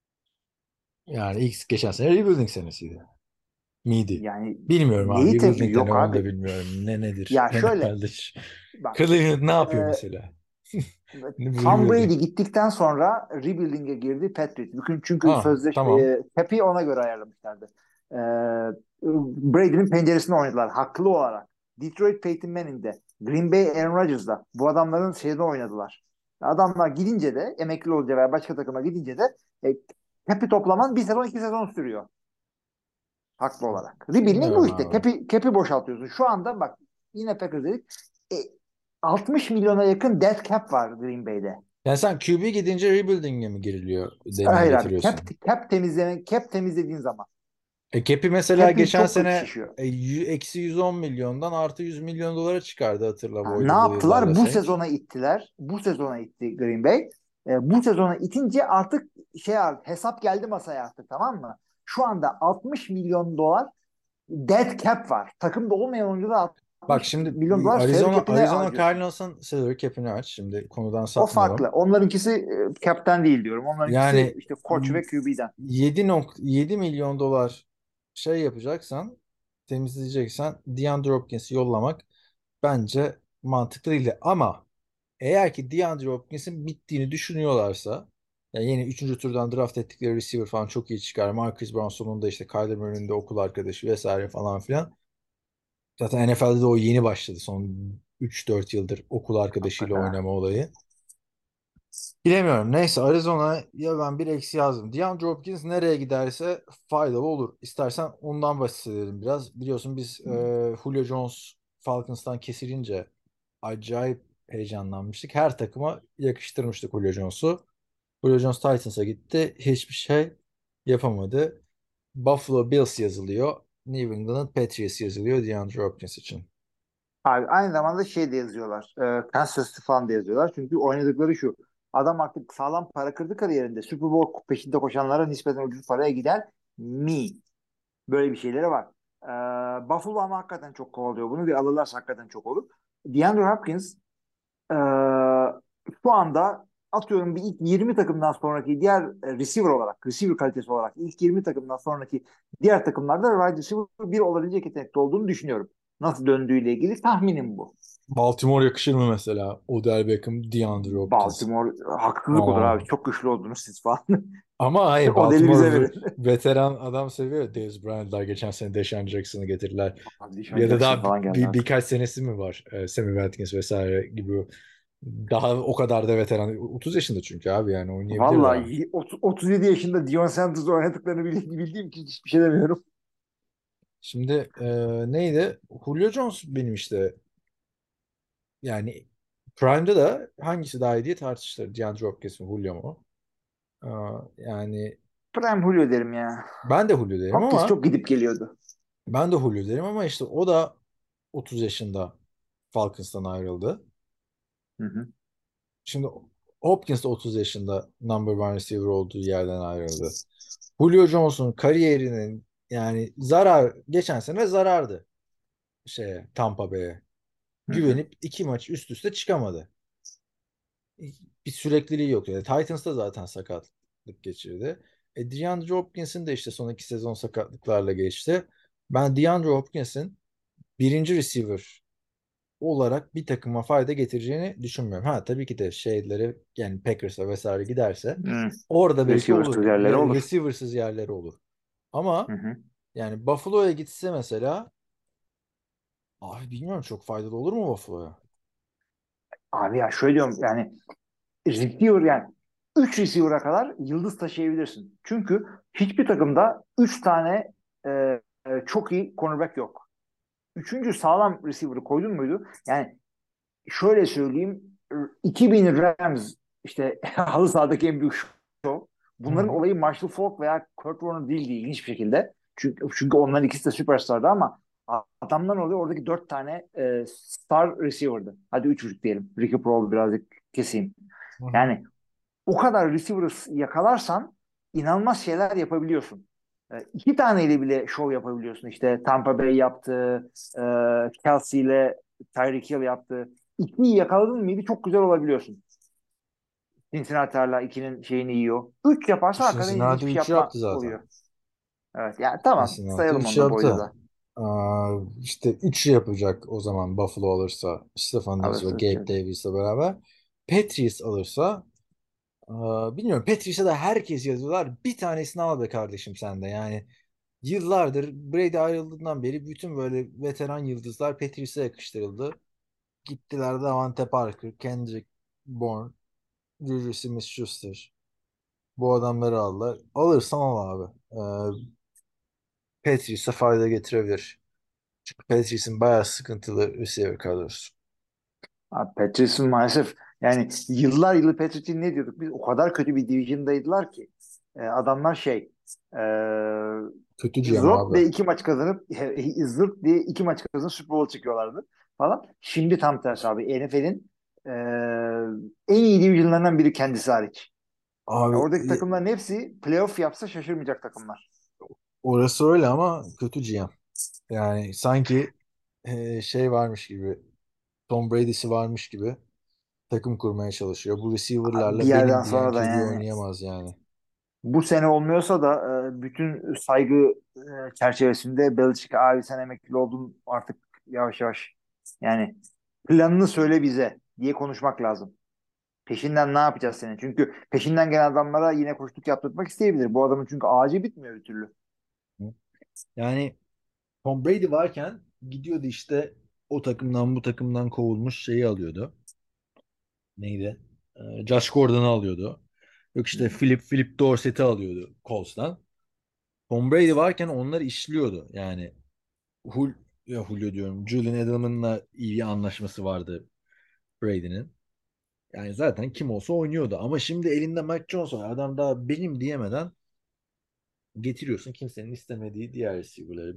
Speaker 4: Yani ilk geçen sene rebuilding senesiydi. Miydi?
Speaker 5: yani
Speaker 4: Bilmiyorum abi.
Speaker 5: neyi tem
Speaker 4: Rebuilding de ne
Speaker 5: yok
Speaker 4: onu da
Speaker 5: abi.
Speaker 4: bilmiyorum. Ne nedir?
Speaker 5: Ya
Speaker 4: Ne ne
Speaker 5: şöyle
Speaker 4: kardeş?
Speaker 5: bak,
Speaker 4: Cleveland ne
Speaker 5: e,
Speaker 4: yapıyor mesela? Ne bu
Speaker 5: Tom
Speaker 4: rebuilding?
Speaker 5: Brady gittikten sonra rebuilding'e girdi Patriot. Çünkü, çünkü
Speaker 4: Ha,
Speaker 5: sözleşme
Speaker 4: tamam.
Speaker 5: e, cap'i ona göre ayarlamışlardı. E, Brady'nin penceresinde oynadılar haklı olarak. Detroit Peyton Manning'de, Green Bay Aaron Rodgers'da bu adamların şeyde oynadılar. Adamlar gidince de, emekli olunca veya başka takıma gidince de e, cap'i toplaman bir sezon iki sezon sürüyor. Haklı olarak. Rebuilding bu
Speaker 4: Bilmiyorum
Speaker 5: işte.
Speaker 4: abi.
Speaker 5: Cap'i, cap'i boşaltıyorsun. Şu anda bak, yine Packers dedik. E, altmış milyona yakın dead cap var Green Bay'de.
Speaker 4: Yani sen Q B gidince rebuilding'e mi giriliyor demeye
Speaker 5: Hayır abi. Cap,
Speaker 4: getiriyorsun?
Speaker 5: cap temizleme, cap temizlediğin zaman.
Speaker 4: E Kepi mesela
Speaker 5: Cap'in
Speaker 4: geçen
Speaker 5: çok kötü
Speaker 4: sene
Speaker 5: şişiyor.
Speaker 4: e, yü- eksi yüz on milyondan artı yüz milyon dolara çıkardı, hatırla, bu
Speaker 5: Ha, ne
Speaker 4: oynadığı yıllarla
Speaker 5: yaptılar? Bu
Speaker 4: Saints.
Speaker 5: sezona ittiler. Bu sezona itti Green Bay. E, bu sezona itince artık şey hesap geldi masaya artık, tamam mı? Şu anda altmış milyon dolar dead cap var. Takımda olmayan oyuncuda
Speaker 4: Bak
Speaker 5: altmış
Speaker 4: şimdi
Speaker 5: milyon dolar salary
Speaker 4: Arizona
Speaker 5: cap'ine
Speaker 4: Arizona
Speaker 5: harcıyorsun.
Speaker 4: Cardinals'ın salary cap'ini aç. Şimdi konudan
Speaker 5: O farklı.
Speaker 4: sapmayalım.
Speaker 5: Onlarınkisi e, cap'ten değil diyorum. Onlarınkisi
Speaker 4: Yani
Speaker 5: işte koç ve Q B'den.
Speaker 4: yedi nokta yedi milyon dolar şey yapacaksan, temizleyeceksen, DeAndre Hopkins'i yollamak bence mantıklı değil. Ama eğer ki DeAndre Hopkins'in bittiğini düşünüyorlarsa, yani yeni üçüncü turdan draft ettikleri receiver falan çok iyi çıkar. Marcus Brownson'un da işte Kyler Murray'nin de okul arkadaşı vesaire falan filan. Zaten N F L'de de o yeni başladı, son üç dört yıldır okul arkadaşıyla
Speaker 5: Hakikaten.
Speaker 4: oynama olayı. Bilemiyorum. Neyse, Arizona'ya ben bir eksi yazdım. DeAndre Hopkins nereye giderse faydalı olur. İstersen ondan bahsedelim biraz. Biliyorsun biz e, Julio Jones Falcons'tan kesilince acayip heyecanlanmıştık. Her takıma yakıştırmıştık Julio Jones'u. Julio Jones Titans'a gitti. Hiçbir şey yapamadı. Buffalo Bills yazılıyor. New England Patriots yazılıyor DeAndre Hopkins için.
Speaker 5: Abi aynı zamanda şey de yazıyorlar. E, Kansas City falan da yazıyorlar. Çünkü oynadıkları şu. Adam artık sağlam para kırdı kariyerinde. Super Bowl peşinde koşanlara nispeten ucuz paraya gider mi? Böyle bir şeyleri var. Ee, Buffalo ama hakikaten çok kovalıyor bunu. Bir alırlarsa hakikaten çok olur. DeAndre Hopkins ee, şu anda atıyorum bir ilk yirmi takımdan sonraki diğer e, receiver olarak, receiver kalitesi olarak ilk yirmi takımdan sonraki diğer takımlarda wide receiver bir olabilecek yetenekte olduğunu düşünüyorum. Nasıl döndüğüyle ilgili tahminim bu.
Speaker 4: Baltimore yakışır mı mesela? Odell Beckham, DeAndre Hopkins.
Speaker 5: Baltimore haksızlık olur
Speaker 4: Aa.
Speaker 5: abi. Çok güçlü oldunuz siz falan.
Speaker 4: Ama hayır,
Speaker 5: O deli bize
Speaker 4: Baltimore v-
Speaker 5: verin.
Speaker 4: veteran adam seviyor. Dez Bryant'lar geçen sene Deshaun Jackson'ı getirdiler.
Speaker 5: Abi Deshaun
Speaker 4: Ya da
Speaker 5: Jackson
Speaker 4: daha
Speaker 5: falan geldi
Speaker 4: bir,
Speaker 5: artık.
Speaker 4: birkaç senesi mi var? Ee, Sammy Watkins vesaire gibi. Daha o kadar da veteran. otuz yaşında çünkü abi, yani oynayabilir daha.
Speaker 5: Vallahi otuz otuz yedi yaşında Deion Sanders oynadıklarını bildiğim, bildiğim için hiçbir şey demiyorum.
Speaker 4: Şimdi e, neydi? Julio Jones benim işte, yani Prime'da da hangisi daha iyi diye tartışılır. DeAndre Hopkins mi, Julio mu? Aa, yani
Speaker 5: Prime Julio derim ya.
Speaker 4: ben de Julio derim
Speaker 5: Hopkins
Speaker 4: ama
Speaker 5: çok gidip geliyordu.
Speaker 4: ben de Julio derim ama işte o da otuz yaşında Falcons'tan ayrıldı.
Speaker 5: Hı hı.
Speaker 4: Şimdi Hopkins de otuz yaşında number one receiver olduğu yerden ayrıldı. Julio Jones'un kariyerinin, yani zarar, geçen sene zarardı şeye, Tampa Bay'e.
Speaker 5: Hı hı.
Speaker 4: Güvenip iki maç üst üste çıkamadı. Bir sürekliliği yok. Yani Titans'ta zaten sakatlık geçirdi. E, DeAndre Hopkins'in de işte son iki sezon sakatlıklarla geçti. Ben DeAndre Hopkins'in birinci receiver olarak bir takıma fayda getireceğini düşünmüyorum. Ha, tabii ki de şeyleri, yani Packers'a vesaire giderse
Speaker 5: Hı.
Speaker 4: orada belki olur.
Speaker 5: Receiver'sız yerleri
Speaker 4: Re-
Speaker 5: olur.
Speaker 4: receiver'sız yerleri olur.
Speaker 5: Hı
Speaker 4: Ama
Speaker 5: hı.
Speaker 4: yani Buffalo'ya gitse mesela, abi bilmiyorum, çok faydalı olur mu Buffalo'ya?
Speaker 5: Abi ya şöyle diyorum yani receiver yani üç receiver'a kadar yıldız taşıyabilirsin. Çünkü hiçbir takımda üç tane e, e, çok iyi cornerback yok. Üçüncü sağlam receiver'ı koydun muydu? Yani şöyle söyleyeyim iki bin Rams işte halı sahadaki en büyük show.
Speaker 4: Hı
Speaker 5: Bunların
Speaker 4: hı.
Speaker 5: olayı Marshall Faulk veya Kurt Warner değildi ilginç bir şekilde. Çünkü, çünkü onların ikisi de süperstardı ama adamdan oluyor oradaki dört tane e, star receiver'dı. Hadi üç buçuk diyelim. Ricky Prohl birazcık keseyim.
Speaker 4: Hı hı.
Speaker 5: Yani o kadar receiver'ı yakalarsan inanılmaz şeyler yapabiliyorsun. E, iki taneyle bile show yapabiliyorsun. İşte Tampa Bay yaptı, e, Kelsey ile Tyreek Hill yaptı. İkiyi yakaladın mıydı çok güzel olabiliyorsun. Cincinnati'lerle ikinin şeyini yiyor. Üç yaparsa hakikaten ilginç
Speaker 4: Cincinnati
Speaker 5: bir şey
Speaker 4: üç
Speaker 5: yapma
Speaker 4: yaptı zaten.
Speaker 5: oluyor. Evet yani tamam
Speaker 4: Cincinnati
Speaker 5: sayalım
Speaker 4: üç
Speaker 5: onu da
Speaker 4: yaptı.
Speaker 5: boyda da.
Speaker 4: Aa, işte üç yapacak o zaman Buffalo alırsa, Stefan Diggs ve
Speaker 5: Alırsa
Speaker 4: Gabe
Speaker 5: üçü.
Speaker 4: Davis'le beraber. Patriots alırsa, aa, bilmiyorum, Patriots'a da herkes yazıyorlar. Bir tanesini al be kardeşim sen de. Yani yıllardır Brady ayrıldığından beri bütün böyle veteran yıldızlar Patriots'a yakıştırıldı. Gittiler Davante Parker, Kendrick Bourne, Juju Smith-Schuster. Bu adamları aldılar. Alırsan al abi. Ee, Patriots'a fayda getirebilir. Çünkü Patriots'ın bayağı sıkıntılı receiver kadrosu.
Speaker 5: Abi Patriots'ın maalesef yani yıllar yılı Patriots'ın ne diyorduk biz o kadar kötü bir division'daydılar ki. E, adamlar şey e,
Speaker 4: Kötü G M
Speaker 5: zırt
Speaker 4: abi.
Speaker 5: diye iki maç kazanıp zırt diye iki maç kazanıp Super Bowl çıkıyorlardı falan. Şimdi tam tersi abi. N F L'in e, en iyi divisionlarından biri kendisi hariç. Ya
Speaker 4: Abi
Speaker 5: oradaki
Speaker 4: e,
Speaker 5: takımların hepsi playoff yapsa şaşırmayacak takımlar.
Speaker 4: orası öyle ama kötü G M. Yani sanki e, şey varmış gibi, Tom Brady'si varmış gibi takım kurmaya çalışıyor. Bu
Speaker 5: Abi bir
Speaker 4: receiver'larla
Speaker 5: yerden
Speaker 4: benim diyen
Speaker 5: sonra da
Speaker 4: Q B
Speaker 5: yani
Speaker 4: oynayamaz yani.
Speaker 5: bu sene olmuyorsa da e, bütün saygı e, çerçevesinde Belichick'e abi sen emekli oldun artık yavaş yavaş yani planını söyle bize diye konuşmak lazım. Peşinden ne yapacağız senin? Çünkü peşinden gelen adamlara yine koştuk yaptırmak isteyebilir. Bu adamın çünkü ağacı bitmiyor bir türlü.
Speaker 4: Yani Tom Brady varken gidiyordu işte o takımdan bu takımdan kovulmuş şeyi alıyordu. Neydi? Ee, Josh Gordon'ı alıyordu. Yok işte
Speaker 5: Hmm.
Speaker 4: Philip Philip Dorsett'i alıyordu Colts'tan. Tom Brady varken onlar işliyordu. Yani Hul ya Julio diyorum. Julian Edelman'la iyi bir anlaşması vardı Brady'nin. Yani zaten kim olsa oynuyordu. Ama şimdi elinde Mac Jones var. Adam daha benim diyemeden getiriyorsun kimsenin istemediği diğer receiver'ları.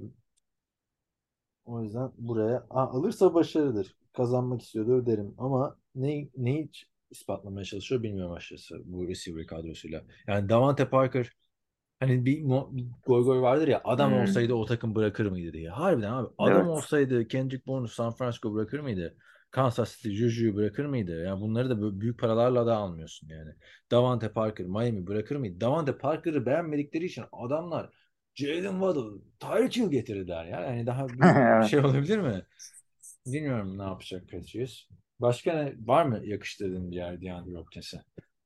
Speaker 4: O yüzden buraya Aa, alırsa başarıdır. Kazanmak istiyordur derim. Ama ne, neyi ispatlamaya çalışıyor bilmiyorum açıkçası bu receiver kadrosuyla. Yani Davante Parker hani bir, mo- bir goy goy vardır ya adam olsaydı
Speaker 5: Hmm.
Speaker 4: o takım bırakır mıydı diye. Harbiden abi adam
Speaker 5: Evet.
Speaker 4: olsaydı Kendrick Bourne'u San Francisco bırakır mıydı? Kansas City Juju'yu bırakır mıydı? Yani bunları da böyle büyük paralarla da almıyorsun yani. Davante Parker Miami bırakır mıydı? Davante Parker'ı beğenmedikleri için adamlar Jalen Waddle, Tyreek Hill getirdiler ya. Yani daha büyük
Speaker 5: Evet.
Speaker 4: şey olabilir mi? Bilmiyorum ne yapacak Patriots. Başka ne, var mı yakıştırdığın bir yer DeAndre Hopkins'e?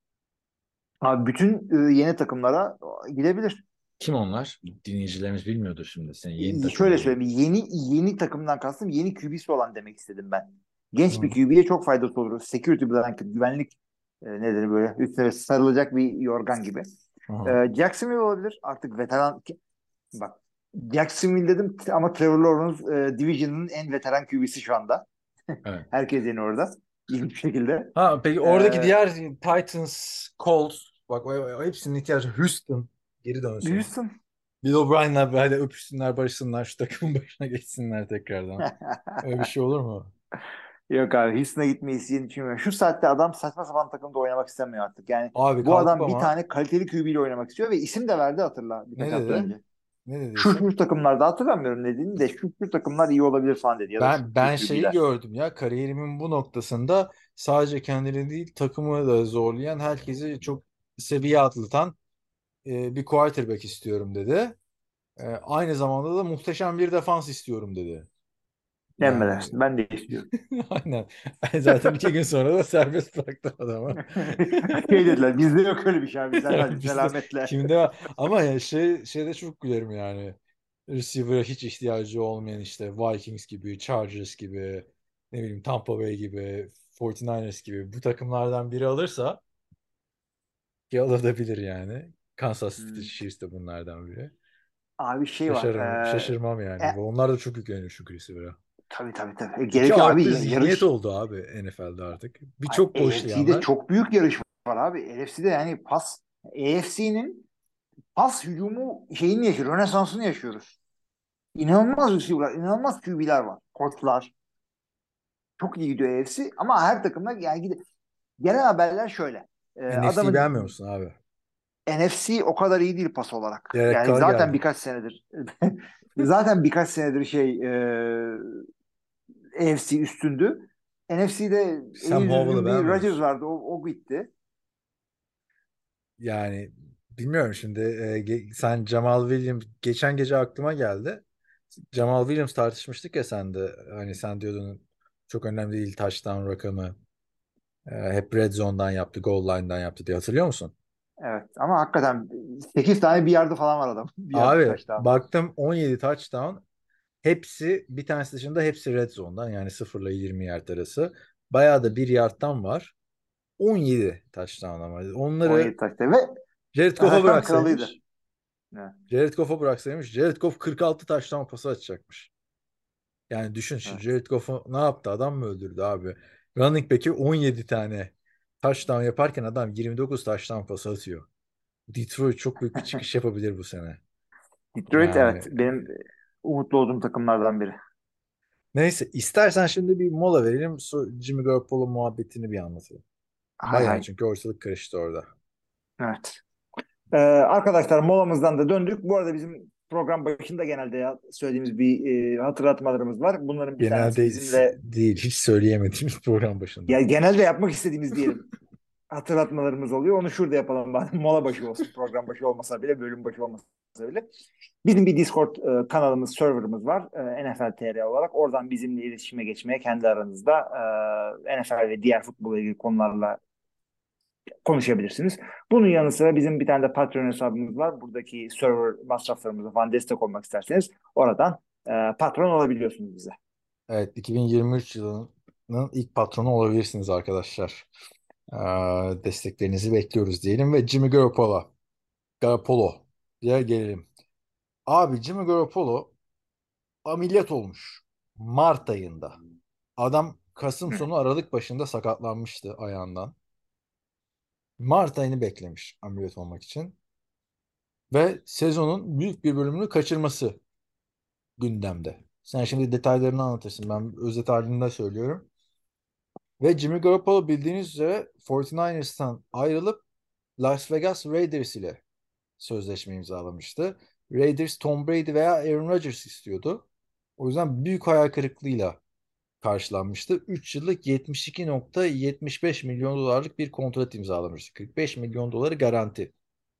Speaker 5: Abi bütün e, yeni takımlara gidebilir.
Speaker 4: Kim onlar? Dinleyicilerimiz bilmiyordur şimdi. Senin yeni
Speaker 5: E,
Speaker 4: takım
Speaker 5: Şöyle
Speaker 4: dediğin.
Speaker 5: söyleyeyim. Yeni yeni takımdan kastım yeni Q B'si olan demek istedim ben. Genç bir
Speaker 4: Hı.
Speaker 5: Q B'ye çok faydası olur. Security blanket, güvenlik e, nedir böyle üstüne sarılacak bir yorgan gibi.
Speaker 4: Aha.
Speaker 5: E, Jacksonville olabilir. Artık veteran bak Jacksonville dedim ama Trevor Lawrence e, Division'ın en veteran Q B'si şu anda.
Speaker 4: Evet.
Speaker 5: Herkes yeni orada. İlginç bir şekilde.
Speaker 4: Ha peki
Speaker 5: E,
Speaker 4: oradaki diğer Titans, Colts bak o, o- hepsinin ihtiyacı Houston geri dönsün.
Speaker 5: Houston.
Speaker 4: Bill O'Brien'la hadi öpüşsünler, barışsınlar, şu takımın başına geçsinler tekrardan. Öyle bir şey olur mu?
Speaker 5: Yok abi Houston'a gitmeyi isteyeceğini düşünmüyorum. Şu saatte adam saçma sapan takımda oynamak istemiyor artık. Yani
Speaker 4: Abi
Speaker 5: bu
Speaker 4: kalkıp
Speaker 5: adam bir
Speaker 4: ama
Speaker 5: tane kaliteli Q B ile oynamak istiyor ve isim de verdi hatırla
Speaker 4: ne
Speaker 5: birkaç hafta
Speaker 4: dedi?
Speaker 5: önce.
Speaker 4: Ne dedi
Speaker 5: Şu
Speaker 4: isim?
Speaker 5: şu takımlarda hatırlamıyorum dediğini de şu şu takımlar iyi olabilir falan dedi ya da şu
Speaker 4: Ben
Speaker 5: şu
Speaker 4: ben şeyi
Speaker 5: Q B'ler.
Speaker 4: gördüm ya kariyerimin bu noktasında sadece kendini değil takımı da zorlayan herkesi çok seviye atlatan e, bir quarterback istiyorum dedi. E, aynı zamanda da muhteşem bir defans istiyorum dedi. Yani
Speaker 5: Emredersin. Ben de istiyorum.
Speaker 4: aynen. Zaten iki gün sonra da serbest bıraktı adamı.
Speaker 5: Şey dediler bizde yok öyle bir şey abi. Sen hadi
Speaker 4: Yani bizde
Speaker 5: selametle.
Speaker 4: kimde var? Ama ya şey şeyde çok gülerim yani. Receiver'a hiç ihtiyacı olmayan işte Vikings gibi, Chargers gibi, ne bileyim Tampa Bay gibi, kırk dokuzlar gibi bu takımlardan biri alırsa ki alabilir yani. Kansas City
Speaker 5: Hmm.
Speaker 4: Chiefs de bunlardan biri.
Speaker 5: Abi şey var.
Speaker 4: Şaşırmam, şaşırmam
Speaker 5: E,
Speaker 4: yani.
Speaker 5: e,
Speaker 4: Ve onlar da çok yükleniyor çünkü receiver'a.
Speaker 5: tabii tabii tabii. E,
Speaker 4: İki
Speaker 5: gerekiyor abi
Speaker 4: artı
Speaker 5: ya-
Speaker 4: zihniyet
Speaker 5: yarış.
Speaker 4: oldu abi N F L'de artık. Birçok
Speaker 5: A F C'de
Speaker 4: boşlayanlar.
Speaker 5: çok büyük yarış var abi. N F C'de yani pas A F C'nin pas hücumu şeyini yaşıyoruz. Rönesansını yaşıyoruz. İnanılmaz receiver'lar, inanılmaz Q B'ler var. Koçlar. Çok iyi gidiyor A F C ama her takımda yani gide- gelen haberler şöyle. Ee,
Speaker 4: N F C'yi
Speaker 5: adamın
Speaker 4: beğenmiyor musun abi?
Speaker 5: N F C o kadar iyi değil pas olarak.
Speaker 4: Derek
Speaker 5: Yani
Speaker 4: Carr
Speaker 5: zaten
Speaker 4: geldi.
Speaker 5: birkaç senedir zaten birkaç senedir şey e, A F C üstündü. N F C'de
Speaker 4: Sam
Speaker 5: eli
Speaker 4: Howell'ı
Speaker 5: düzgün bir
Speaker 4: beğenmiyor
Speaker 5: Rodgers
Speaker 4: musun?
Speaker 5: vardı. O, o gitti.
Speaker 4: Yani bilmiyorum şimdi e, ge- sen Jamal Williams geçen gece aklıma geldi. Jamal Williams tartışmıştık ya sen de hani sen diyordun çok önemli değil touchdown rakamı. E, hep red zone'dan yaptı, goal line'dan yaptı diye hatırlıyor musun?
Speaker 5: Evet ama hakikaten sekiz tane bir yardı falan var adam. Bir yardı
Speaker 4: Abi
Speaker 5: taştan.
Speaker 4: baktım on yedi touchdown hepsi bir tanesi dışında hepsi red zone'dan yani sıfır ile yirmi yard arası. Bayağı da bir yardtan var. on yedi touchdown ama.
Speaker 5: on yedi
Speaker 4: Onları
Speaker 5: taştan ve
Speaker 4: Jared Goff'a
Speaker 5: touchdown kralıydı.
Speaker 4: bıraksaymış.
Speaker 5: Evet,
Speaker 4: Jared Goff'a bıraksaymış. Jared Goff kırk altı touchdown pası atacakmış. Yani düşün şu
Speaker 5: evet.
Speaker 4: Jared Goff'u ne yaptı? Adam mı öldürdü abi? Running back'i on yedi tane touchdown yaparken adam yirmi dokuz touchdown pası atıyor. Detroit çok büyük bir çıkış yapabilir bu sene.
Speaker 5: Detroit
Speaker 4: Yani
Speaker 5: evet benim umutlu olduğum takımlardan biri.
Speaker 4: neyse, istersen şimdi bir mola verelim. So- Jimmy Garoppolo muhabbetini bir anlatalım.
Speaker 5: Hay
Speaker 4: Bayağı,
Speaker 5: hay.
Speaker 4: çünkü ortalık karıştı orada.
Speaker 5: Evet. Ee, arkadaşlar molamızdan da döndük. Bu arada bizim program başında genelde ya, söylediğimiz bir e, hatırlatmalarımız var. Bunların bir tanesi
Speaker 4: Genelde s-
Speaker 5: bizimle
Speaker 4: değil, hiç söyleyemediğimiz program başında.
Speaker 5: ya genelde yapmak istediğimiz diyelim hatırlatmalarımız oluyor. Onu şurada yapalım bari. Mola başı olsun. Program başı olmasa bile, bölüm başı olmasa bile. Bizim bir Discord e, kanalımız, serverımız var. E, N F L T R olarak. Oradan bizimle iletişime geçmeye kendi aranızda e, N F L ve diğer futbolla ilgili konularla konuşabilirsiniz. Bunun yanı sıra bizim bir tane de Patreon hesabımız var. Buradaki server masraflarımıza falan destek olmak isterseniz oradan e, patron olabiliyorsunuz bize.
Speaker 4: Evet, iki bin yirmi üç yılının ilk patronu olabilirsiniz arkadaşlar. Ee, desteklerinizi bekliyoruz diyelim ve Jimmy Garoppolo. Garoppolo diye gelelim. Abi, Jimmy Garoppolo ameliyat olmuş Mart ayında. Adam Kasım
Speaker 5: Hı.
Speaker 4: sonu Aralık başında sakatlanmıştı ayağından. Mart ayını beklemiş ameliyat olmak için. Ve sezonun büyük bir bölümünü kaçırması gündemde. Sen şimdi detaylarını anlatırsın. Ben özet halinde söylüyorum. Ve Jimmy Garoppolo bildiğiniz üzere kırk dokuz ers'tan ayrılıp Las Vegas Raiders ile sözleşme imzalamıştı. Raiders Tom Brady veya Aaron Rodgers istiyordu. O yüzden büyük hayal kırıklığıyla karşılanmıştı. üç yıllık yetmiş iki virgül yetmiş beş milyon dolarlık bir kontrat imzalamıştı. kırk beş milyon doları garanti.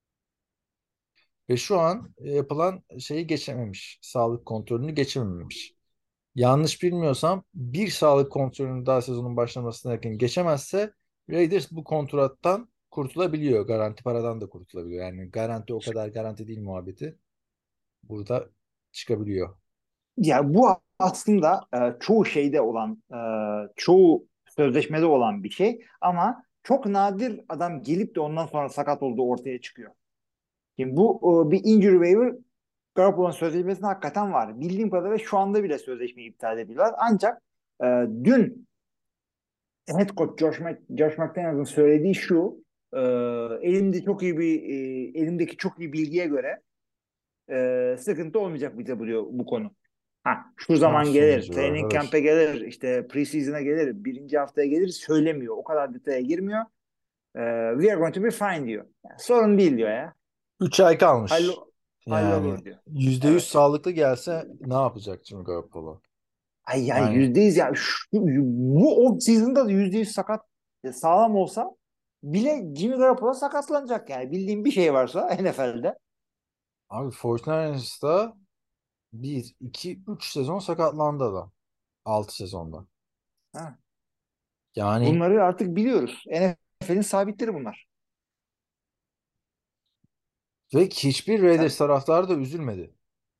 Speaker 4: Ve şu an yapılan şeyi geçememiş. Sağlık kontrolünü geçememiş. Yanlış bilmiyorsam bir sağlık kontrolünü daha sezonun başlamasına yakın geçemezse Raiders bu kontrattan kurtulabiliyor. Garanti paradan da kurtulabiliyor. Yani garanti o kadar garanti değil muhabbeti. Burada çıkabiliyor.
Speaker 5: Ya bu aslında e, çoğu şeyde olan, e, çoğu sözleşmede olan bir şey ama çok nadir adam gelip de ondan sonra sakat olduğu ortaya çıkıyor. Şimdi bu e, bir injury waiver Garoppolo'nun sözleşmesinde hakikaten var. Bildiğim kadarıyla şu anda bile sözleşmeyi iptal ediyorlar. Ancak e, dün head coach Josh, Mc, Josh McDaniels'ın söylediği şu, e, elimde çok iyi bir e, elimdeki çok iyi bilgiye göre e, sıkıntı olmayacak bize bu diyor bu konu. Ha, şu
Speaker 4: Maç
Speaker 5: zaman gelir,
Speaker 4: sonucu var.
Speaker 5: training
Speaker 4: Evet.
Speaker 5: camp'e gelir, işte preseason'a gelir, birinci haftaya gelir söylemiyor. O kadar detaya girmiyor. E, We are going to be fine diyor. Yani sorun değil diyor ya.
Speaker 4: üç ay kalmış.
Speaker 5: Hallo,
Speaker 4: Yani
Speaker 5: hallolur diyor.
Speaker 4: yüzde yüz
Speaker 5: Evet.
Speaker 4: sağlıklı gelse ne yapacak Jimmy Garoppolo?
Speaker 5: Ay yani
Speaker 4: Yani
Speaker 5: yüzde yüz ya şu, bu off season'da da yüzde yüz sakat e, sağlam olsa bile Jimmy Garoppolo sakatlanacak yani. Bildiğim bir şey varsa N F L'de.
Speaker 4: abi, kırk dokuz'da bir, iki, üç sezon sakatlandı adam. altı sezonda.
Speaker 5: Ha.
Speaker 4: Yani
Speaker 5: Bunları artık biliyoruz. N F L'in sabitleri bunlar.
Speaker 4: ve hiçbir Raiders taraftarı da üzülmedi.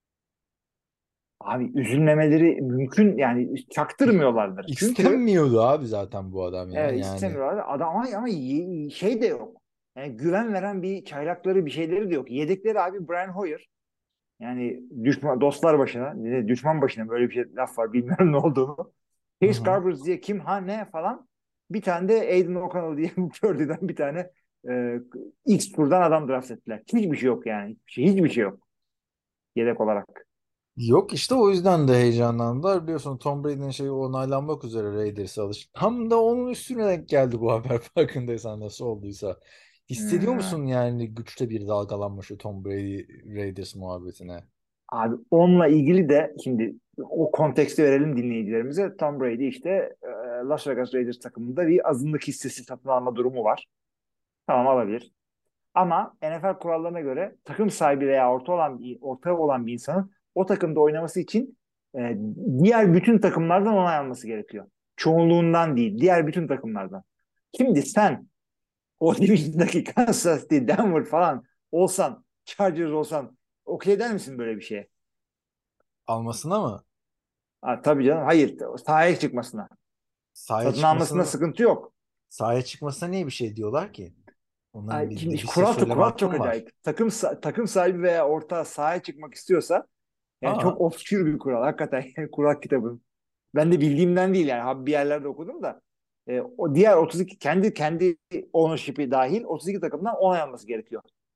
Speaker 5: Abi üzülmemeleri mümkün yani çaktırmıyorlardır. Çünkü
Speaker 4: İstenmiyordu abi zaten bu adam ya.
Speaker 5: evet,
Speaker 4: Yani
Speaker 5: istemiyorlar. Adam ama, ama y- şey de yok. Yani güven veren bir çaylakları bir şeyleri de yok. Yedekleri abi Brian Hoyer. Yani düşman dostlar başına, ne, düşman başına böyle bir şey laf var bilmiyorum ne olduğunu.
Speaker 4: hı
Speaker 5: Case
Speaker 4: hı.
Speaker 5: Garbers diye kim ha ne falan. Bir tane de Aiden O'Connell diye Purdue'dan bir tane e, X turdan adam draft ettiler. Hiçbir şey yok yani. Hiçbir şey, hiçbir şey yok yedek olarak.
Speaker 4: Yok işte, o yüzden de heyecanlandılar. Biliyorsun Tom Brady'nin şeyi onaylanmak üzere Raiders'e alış. Tam da onun üstüne denk geldi bu haber, farkındaysan nasıl olduysa. Hissediyor
Speaker 5: Hmm.
Speaker 4: musun yani güçte bir dalgalanma şu Tom Brady Raiders muhabbetine?
Speaker 5: Abi onunla ilgili de şimdi o konteksti verelim dinleyicilerimize. Tom Brady işte e, Las Vegas Raiders takımında bir azınlık hissesi satın alma durumu var. Tamam, alabilir. Ama N F L kurallarına göre takım sahibi veya orta olan bir, ortağı olan bir insanın o takımda oynaması için e, diğer bütün takımlardan onay alması gerekiyor. Çoğunluğundan değil, diğer bütün takımlardan. Şimdi sen o division'daki Kansas City, Denver falan olsan, Chargers olsan okey der misin böyle bir şeye?
Speaker 4: Almasına mı?
Speaker 5: Ha, tabii canım. Hayır. Sahaya çıkmasına.
Speaker 4: Sahaya
Speaker 5: Satın almasında
Speaker 4: çıkmasına
Speaker 5: sıkıntı yok.
Speaker 4: sahaya çıkmasına niye bir şey diyorlar ki? Onların
Speaker 5: Ay,
Speaker 4: bir,
Speaker 5: şimdi
Speaker 4: bir şey
Speaker 5: kural,
Speaker 4: söyleme
Speaker 5: kural
Speaker 4: hakkı
Speaker 5: çok
Speaker 4: mı var?
Speaker 5: acayip. Takım sa- takım sahibi veya ortağı sahaya çıkmak istiyorsa yani çok
Speaker 4: Ha,
Speaker 5: obskür bir kural. Hakikaten yani kural kitabı. Ben de bildiğimden değil yani. Ha, bir yerlerde okudum da. E, o diğer otuz iki kendi kendi ownership'i dahil otuz iki takımdan onay alması gerekiyor.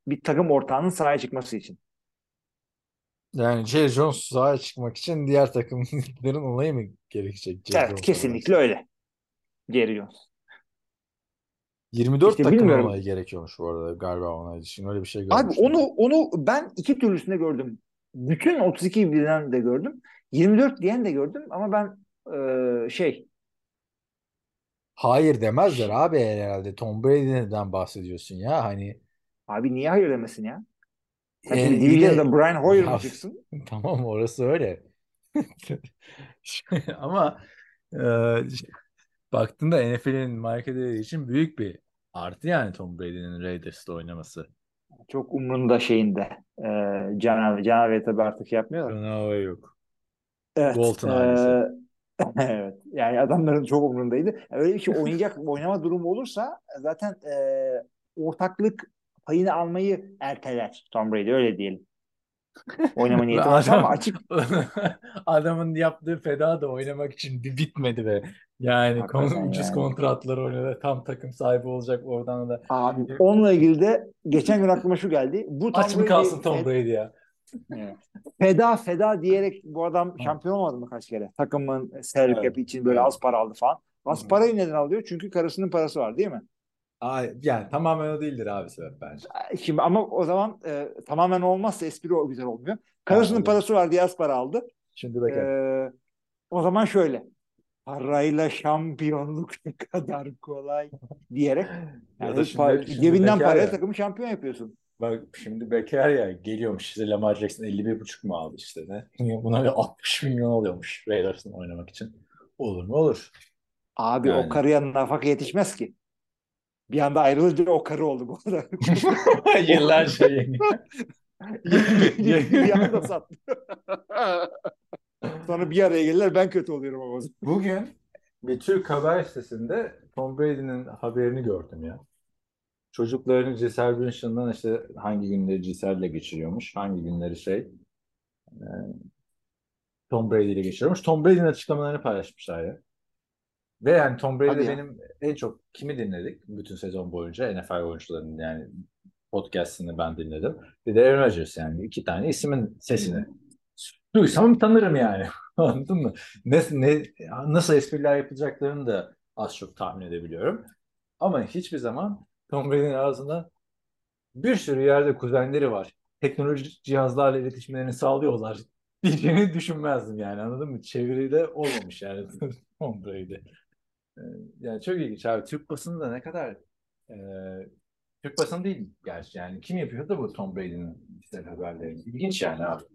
Speaker 5: bir takım ortağının sahaya çıkması için.
Speaker 4: Yani Jerry Jones sahaya çıkmak için diğer takımların onayı mı gerekecek Jerry
Speaker 5: Evet,
Speaker 4: Jones olarak?
Speaker 5: kesinlikle öyle. Jerry Jones.
Speaker 4: yirmi dört
Speaker 5: İşte
Speaker 4: takımın
Speaker 5: bilmiyorum.
Speaker 4: onayı gerekiyormuş bu arada galiba onay için. Öyle bir şey
Speaker 5: Abi
Speaker 4: görmüştüm.
Speaker 5: onu onu ben iki türlüsünde gördüm. Bütün otuz iki birden de gördüm. yirmi dört diyen de gördüm ama ben e, şey
Speaker 4: Hayır demezler abi herhalde. Tom Brady'den bahsediyorsun ya. Hani
Speaker 5: abi niye hayır demesin ya? Sen
Speaker 4: e,
Speaker 5: şimdi
Speaker 4: iyi de
Speaker 5: Division'da Brian Hoyer mı
Speaker 4: ya,
Speaker 5: çıksın?
Speaker 4: tamam orası öyle. Ama e, baktığında N F L'in marka değeri için büyük bir artı yani Tom Brady'nin Raiders'la oynaması.
Speaker 5: Çok umrunda şeyinde. E, Canavar, Canavar tabii artık şey yapmıyor da.
Speaker 4: Canavar yok.
Speaker 5: Evet.
Speaker 4: Bolton
Speaker 5: E,
Speaker 4: ailesi.
Speaker 5: evet. Yani adamların çok umrundaydı. Yani öyle bir şey oynayacak oynama durumu olursa zaten e, ortaklık payını almayı erteler Tom Brady öyle diyelim. Oynama
Speaker 4: Ve
Speaker 5: niyeti varsa ama
Speaker 4: adam
Speaker 5: açık
Speaker 4: adamın yaptığı feda da oynamak için bir bitmedi be. Yani kon-
Speaker 5: hakikaten
Speaker 4: ucuz
Speaker 5: yani.
Speaker 4: kontratlar oynadı. Tam takım sahibi olacak oradan da.
Speaker 5: Abi onunla ilgili de geçen gün aklıma şu geldi. Bu
Speaker 4: Aç
Speaker 5: Tom
Speaker 4: mı
Speaker 5: Brady
Speaker 4: kalsın Tom
Speaker 5: fe-
Speaker 4: Brady ya?
Speaker 5: evet. feda feda diyerek bu adam
Speaker 4: Hı.
Speaker 5: şampiyon olmadı mı kaç kere? Takımın salary
Speaker 4: Evet.
Speaker 5: cap'i için böyle
Speaker 4: Evet.
Speaker 5: az para aldı falan.
Speaker 4: Hı
Speaker 5: Az
Speaker 4: hı.
Speaker 5: parayı neden alıyor? Çünkü karısının parası var değil mi?
Speaker 4: Ay, yani tamamen o değildir abi sebep bence.
Speaker 5: Şimdi ama o zaman e, tamamen olmazsa espri o güzel olmuyor.
Speaker 4: Ha,
Speaker 5: Karısının
Speaker 4: olur.
Speaker 5: parası var diye az para aldı.
Speaker 4: Şimdi
Speaker 5: E,
Speaker 4: bekar.
Speaker 5: o zaman şöyle. Parayla şampiyonluk ne kadar kolay diyerek
Speaker 4: Ya da
Speaker 5: yani pa-
Speaker 4: şimdi şimdi
Speaker 5: cebinden
Speaker 4: bekar
Speaker 5: parayla
Speaker 4: ya.
Speaker 5: takımı şampiyon yapıyorsun.
Speaker 4: Bak şimdi bekar ya geliyormuş işte Lamar Jackson elli bir buçuk mu aldı işte ne? Buna bir altmış milyon alıyormuş Raiders'ın oynamak için. Olur mu olur.
Speaker 5: Abi o
Speaker 4: Yani.
Speaker 5: karıya nafaka yetişmez ki. Bir anda ayrılınca o karı oldu bu arada. O
Speaker 4: Yıllarca yeni.
Speaker 5: yenge gitti bir anda sattı. Sonra bir araya gelirler ben kötü oluyorum ama o zaman.
Speaker 4: Bugün bir Türk haber sitesinde Tom Brady'nin haberini gördüm ya. Çocuklarını Gisele Bündchen'dan işte hangi günleri Gisele'le geçiriyormuş, hangi günleri şey Tom Brady ile geçiriyormuş. Tom Brady'nin açıklamalarını paylaşmışlar ya. Ve yani Tom
Speaker 5: Hadi
Speaker 4: Brady'de
Speaker 5: ya.
Speaker 4: benim en çok kimi dinledik bütün sezon boyunca N F L oyuncularının yani podcast'ını ben dinledim. Bir de Aaron Rodgers yani iki tane ismin sesini. Duysam tanırım yani. Anladın mı? Ne, ne, nasıl espriler yapacaklarını da az çok tahmin edebiliyorum. Ama hiçbir zaman Tom Brady'nin ağzında bir sürü yerde kuzenleri var. Teknolojik cihazlarla iletişimlerini sağlıyorlar. Diyeceğini düşünmezdim yani anladın mı? Çeviride olmamış yani Tom Brady. Ee, Yani çok ilginç abi. Türk basını da ne kadar e, Türk basını değil gerçi yani. Kim yapıyor da bu Tom Brady'nin işte haberlerini? İlginç yani abi.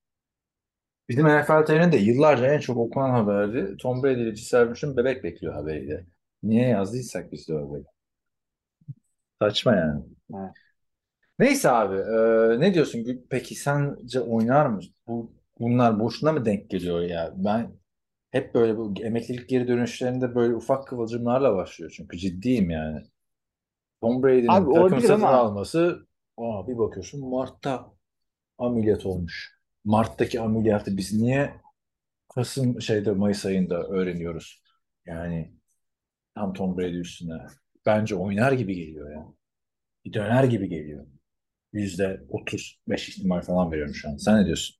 Speaker 4: Bizim N F L T R'nin de yıllarca en çok okunan haberdi. Tom Brady ile Gisele Bündchen bebek bekliyor haberiydi. Niye yazdıysak biz de öyle. Saçma yani.
Speaker 5: Evet.
Speaker 4: Neyse abi. e, ne diyorsun? Gül? Peki sence oynar mı? Bu, bunlar boşuna mı denk geliyor ya? Ben hep böyle bu emeklilik geri dönüşlerinde böyle ufak kıvılcımlarla başlıyor. Çünkü ciddiyim yani. Tom
Speaker 5: Abi
Speaker 4: Brady'nin takım
Speaker 5: olabilir
Speaker 4: satın
Speaker 5: ama
Speaker 4: alması aa, bir bakıyorsun Mart'ta ameliyat olmuş. Mart'taki ameliyatı biz niye Kasım şeyde Mayıs ayında öğreniyoruz? Yani tam Tom Brady üstüne. Bence oynar gibi geliyor ya. Bir döner gibi geliyor. Yüzde otuz beş ihtimal falan veriyorum şu an. Sen ne diyorsun?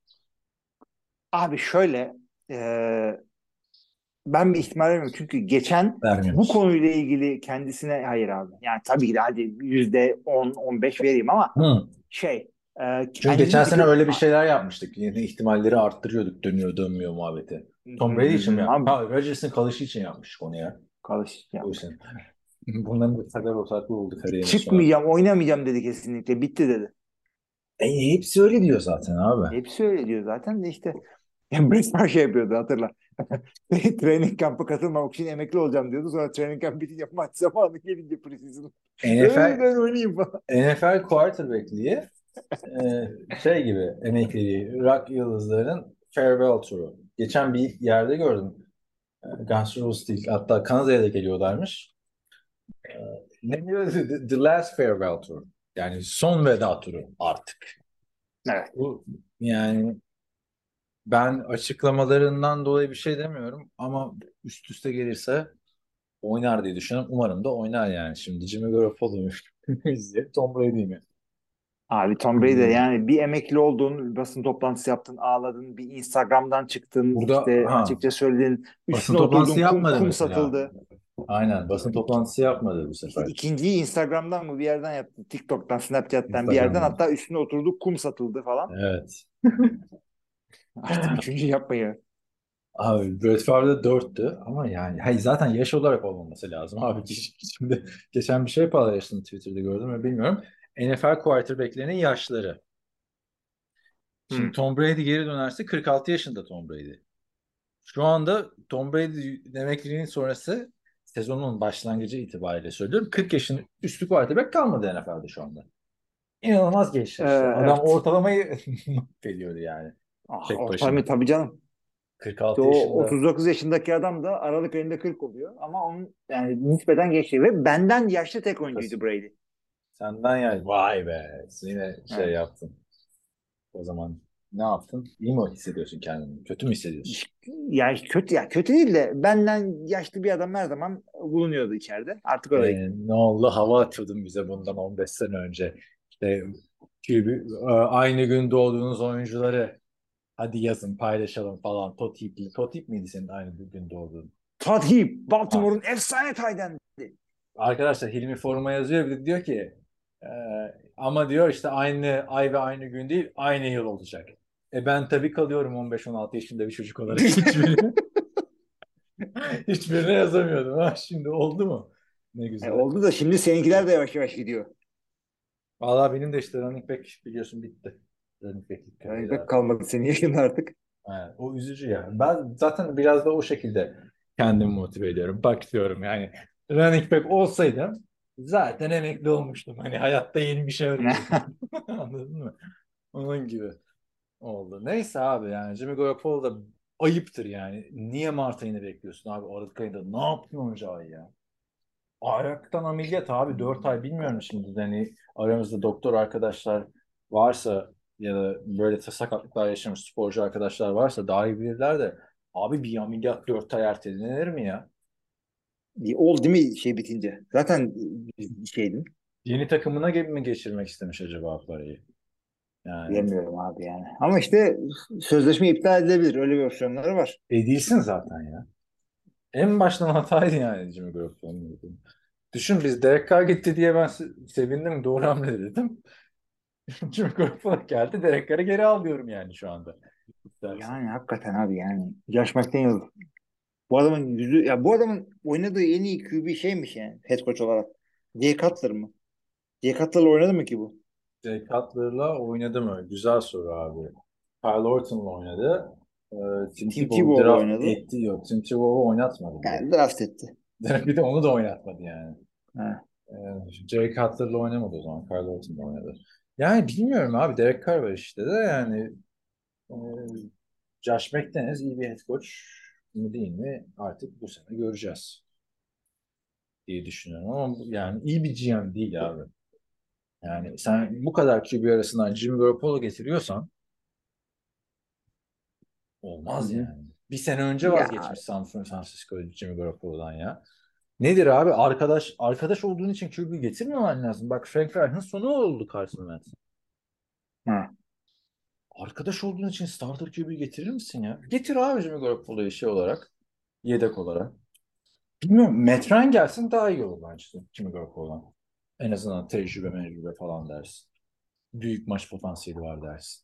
Speaker 5: abi şöyle e, ben bir ihtimal vermiyorum. Çünkü geçen
Speaker 4: Vermiyor
Speaker 5: bu
Speaker 4: musun?
Speaker 5: konuyla ilgili kendisine hayır abi. Yani tabii ki de hadi yüzde on on beş vereyim ama
Speaker 4: Hı.
Speaker 5: şey e,
Speaker 4: Çünkü geçen
Speaker 5: kendisi
Speaker 4: sene
Speaker 5: çok
Speaker 4: öyle bir şeyler yapmıştık. Yine ihtimalleri arttırıyorduk. Dönüyor dönmüyor muhabbeti. Tom Brady için mi yaptık?
Speaker 5: abi
Speaker 4: Ha, Rodgers'ın kalışı için yapmıştık onu ya.
Speaker 5: kalış
Speaker 4: O
Speaker 5: yaptık.
Speaker 4: yüzden. Bunların bir kadar ortaklı oldu kariyerine sonra.
Speaker 5: Çıkmayacağım, oynamayacağım dedi kesinlikle. Bitti dedi.
Speaker 4: E, hepsi öyle diyor zaten abi.
Speaker 5: Hepsi öyle diyor zaten de işte. Yani Brett Favre şey yapıyordu hatırla. Training kampı katılmamak için emekli olacağım diyordu. Sonra training kamp bitince maç zamanı gelince preseason. Evet
Speaker 4: NFL
Speaker 5: ben oynayayım falan.
Speaker 4: N F L quarterback'liği e, şey gibi emekliliği rock yıldızlarının farewell turu. Geçen bir yerde gördüm. E, Guns N' Roses değil. Hatta Kanada'ya da geliyorlarmış. E, ne diyor? The, the Last Farewell Tour. Yani son veda turu artık.
Speaker 5: Evet.
Speaker 4: Bu yani ben açıklamalarından dolayı bir şey demiyorum ama üst üste gelirse oynar diye düşünüyorum. Umarım da oynar yani. Şimdi Jimmy Garoppolo mu izleyip Tom Brady mi?
Speaker 5: Abi Tom Brady de
Speaker 4: Hmm.
Speaker 5: yani bir emekli oldun, basın toplantısı yaptın, ağladın, bir Instagram'dan çıktın,
Speaker 4: Burada
Speaker 5: işte
Speaker 4: ha
Speaker 5: açıkça söyledin,
Speaker 4: basın
Speaker 5: üstüne
Speaker 4: toplantısı
Speaker 5: oturdun, kum,
Speaker 4: yapmadı
Speaker 5: kum
Speaker 4: mesela.
Speaker 5: satıldı.
Speaker 4: Aynen basın toplantısı yapmadı bu
Speaker 5: İşte
Speaker 4: sefer.
Speaker 5: ikinciyi Instagram'dan mı bir yerden yaptı, TikTok'tan, Snapchat'ten bir yerden,
Speaker 4: Instagram'dan.
Speaker 5: hatta üstüne oturdu, kum satıldı falan.
Speaker 4: Evet.
Speaker 5: Artık üçüncü yapmayı.
Speaker 4: Abi Brett Favre dörttü ama yani hayır, zaten yaş olarak olmaması lazım abi. Şimdi geçen bir şey paylaştım Twitter'da gördüm ve bilmiyorum. N F L quarterback'lerinin yaşları. Şimdi
Speaker 5: Hı.
Speaker 4: Tom Brady geri dönerse kırk altı yaşında Tom Brady. Şu anda Tom Brady emekliliğinin sonrası sezonun başlangıcı itibariyle söylüyorum. kırk yaşın üstü quarterback kalmadı N F L'de şu anda. İnanılmaz
Speaker 5: Ee,
Speaker 4: gençler işte. Adam
Speaker 5: evet.
Speaker 4: ortalamayı mahvediyordu yani
Speaker 5: Ah,
Speaker 4: tek
Speaker 5: ortalama
Speaker 4: başına.
Speaker 5: tabii canım. İşte
Speaker 4: kırk altı
Speaker 5: o
Speaker 4: yaşında
Speaker 5: otuz dokuz yaşındaki adam da Aralık ayında kırk oluyor. Ama onun yani nispeten geçti. Ve benden yaşlı tek oyuncuydu
Speaker 4: Kasım.
Speaker 5: Brady.
Speaker 4: Senden yani vay be yine şey
Speaker 5: Evet.
Speaker 4: yaptın. O zaman ne yaptın? İyi mi hissediyorsun kendini? Kötü mü hissediyorsun?
Speaker 5: Ya kötü ya kötü değil de benden yaşlı bir adam her zaman bulunuyordu içeride. Artık o değil.
Speaker 4: Ee, ne oldu? Hava atıyordun bize bundan on beş sene önce. İşte Q B, e, aynı gün doğduğunuz oyuncuları hadi yazın paylaşalım falan. Totip'li. Totip miydi senin aynı gün doğduğun?
Speaker 5: Todd Heap,
Speaker 4: Ha.
Speaker 5: Baltimore'un efsane tight end'i.
Speaker 4: Arkadaşlar Hilmi foruma yazıyor bir de diyor ki e, ama diyor işte aynı ay ve aynı gün değil aynı yıl olacak. E ben tabii kalıyorum on beş on altı yaşında bir çocuk olarak hiçbirini, hiçbirine yazamıyordum. Ha, şimdi oldu mu? Ne
Speaker 5: E,
Speaker 4: güzel.
Speaker 5: oldu da şimdi seninkiler de yavaş yavaş gidiyor.
Speaker 4: Valla benim de işte running back biliyorsun bitti. Running back'lik
Speaker 5: Yani
Speaker 4: kariyeri
Speaker 5: pek
Speaker 4: artık.
Speaker 5: kalmadı senin yaşında artık.
Speaker 4: Evet, o üzücü yani. Ben zaten biraz da o şekilde kendimi motive ediyorum. Bak diyorum yani running back olsaydım zaten emekli olmuştum. Hani hayatta yeni bir şey öğrenecektim. Anladın mı? Onun gibi oldu. Neyse abi yani Jimmy Garoppolo da ayıptır yani. Niye Mart ayını bekliyorsun abi? Aralık ayında ne yapıyorsun Cahil ya? Ayaktan ameliyat abi dört ay bilmiyorum şimdi. Hani aramızda doktor arkadaşlar varsa ya da böyle sakatlıklar yaşamış sporcu arkadaşlar varsa daha iyi bilirler de abi bir ameliyat dört ay ertelenir mi ya?
Speaker 5: Oldu değil mi şey bitince? Zaten şeydim.
Speaker 4: Yeni takımına gibi mi geçirmek istemiş acaba parayı? Yani
Speaker 5: Bilemiyorum abi yani. Ama işte sözleşme iptal edilebilir. Öyle bir opsiyonları var.
Speaker 4: edilsin zaten ya. En baştan hataydı yani Jimmy Garoppolo'nun. Düşün biz Derek Carr gitti diye ben se- sevindim doğru hamle dedim. Jimmy Garoppolo geldi Derek Carr'ı geri alıyorum yani şu anda. İstersen.
Speaker 5: Yani hakikaten abi yani. Josh McDaniels. Bu adamın yüzü ya bu adamın oynadığı en iyi Q B şeymiş yani head coach olarak. Jay Cutler mı? Jay Cutler'la oynadı mı ki bu?
Speaker 4: Jay Cutler'la oynadı mı? Güzel soru abi. Kyle Orton'la oynadı. Ee, Tim
Speaker 5: Tim
Speaker 4: Tebow
Speaker 5: Tebow'la
Speaker 4: draft
Speaker 5: oynadı.
Speaker 4: etti yok. Tim Tebow'u oynatmadı bir de.
Speaker 5: Yani draft etti.
Speaker 4: Bir de onu da oynatmadı yani.
Speaker 5: Ha.
Speaker 4: Ee, Jay Cutler'la oynamadı o zaman. Kyle Orton'la oynadı. Yani bilmiyorum abi. Derek Carr var işte de yani e, Josh McDaniels iyi bir head coach mu değil mi? Artık bu sene göreceğiz diye düşünüyorum ama bu- yani iyi bir G M değil abi. Yani sen bu kadar Q B arasından Jimmy Garoppolo getiriyorsan
Speaker 5: Hı
Speaker 4: olmaz
Speaker 5: hı.
Speaker 4: yani. Bir sene önce
Speaker 5: Ya
Speaker 4: vazgeçmiş San Francisco Jimmy Garoppolo'dan ya. Nedir abi? Arkadaş arkadaş olduğun için Q B getirmemen lazım. Bak Frank Reich'ın sonu oldu Carson Wentz.
Speaker 5: ha.
Speaker 4: Arkadaş olduğun için starter Q B getirir misin ya? Getir abi Jimmy Garoppolo'yu şey olarak. Yedek olarak. Bilmiyorum. Matt Ryan gelsin daha iyi olur bence Jimmy Garoppolo'dan. En azından tecrübe mecrübe falan dersin. Büyük maç potansiyeli var dersin.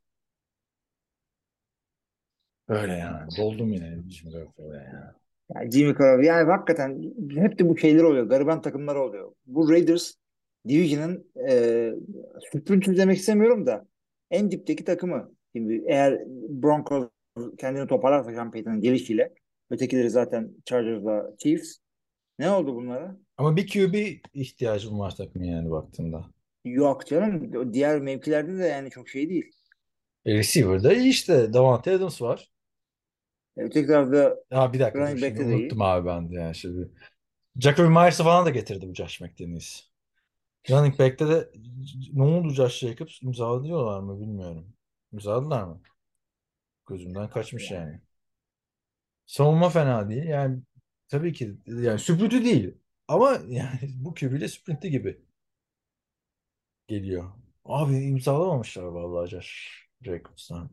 Speaker 4: Öyle yani. Doldum yine Jimmy Garoppolo'ya ya.
Speaker 5: Ya Jimmy Garoppolo yani hakikaten hep de bu şeyler oluyor. Gariban takımlar oluyor. Bu Raiders Division'ın e, sürpriz demek istemiyorum da en dipteki takımı. Şimdi eğer Broncos kendini toparlarsa Sean Payton'ın gelişiyle ötekileri zaten Chargers'la Chiefs. Ne oldu bunlara?
Speaker 4: Ama bir Q B ihtiyacım var takımın yani baktığında.
Speaker 5: Yok canım. O diğer mevkilerde de yani çok şey değil.
Speaker 4: E, receiver'da iyi işte. Davante Adams var.
Speaker 5: E, öteki tarafta
Speaker 4: Ha bir dakika dur
Speaker 5: running
Speaker 4: şimdi
Speaker 5: back'te de
Speaker 4: unuttum
Speaker 5: iyi.
Speaker 4: abi ben de yani şimdi. Jacoby Myers'ı falan da getirdi bu Josh McDaniels. Running back'te de ne oldu Josh Jacobs? İmzalıyorlar mı bilmiyorum. İmzaladılar mı? Gözümden kaçmış
Speaker 5: Yani.
Speaker 4: yani. Savunma fena değil. Yani tabii ki yani süpürücü değil. Ama yani bu Q B ile süpürüntü gibi geliyor. Abi imzalamamışlar vallahi Josh Jacobs'tan.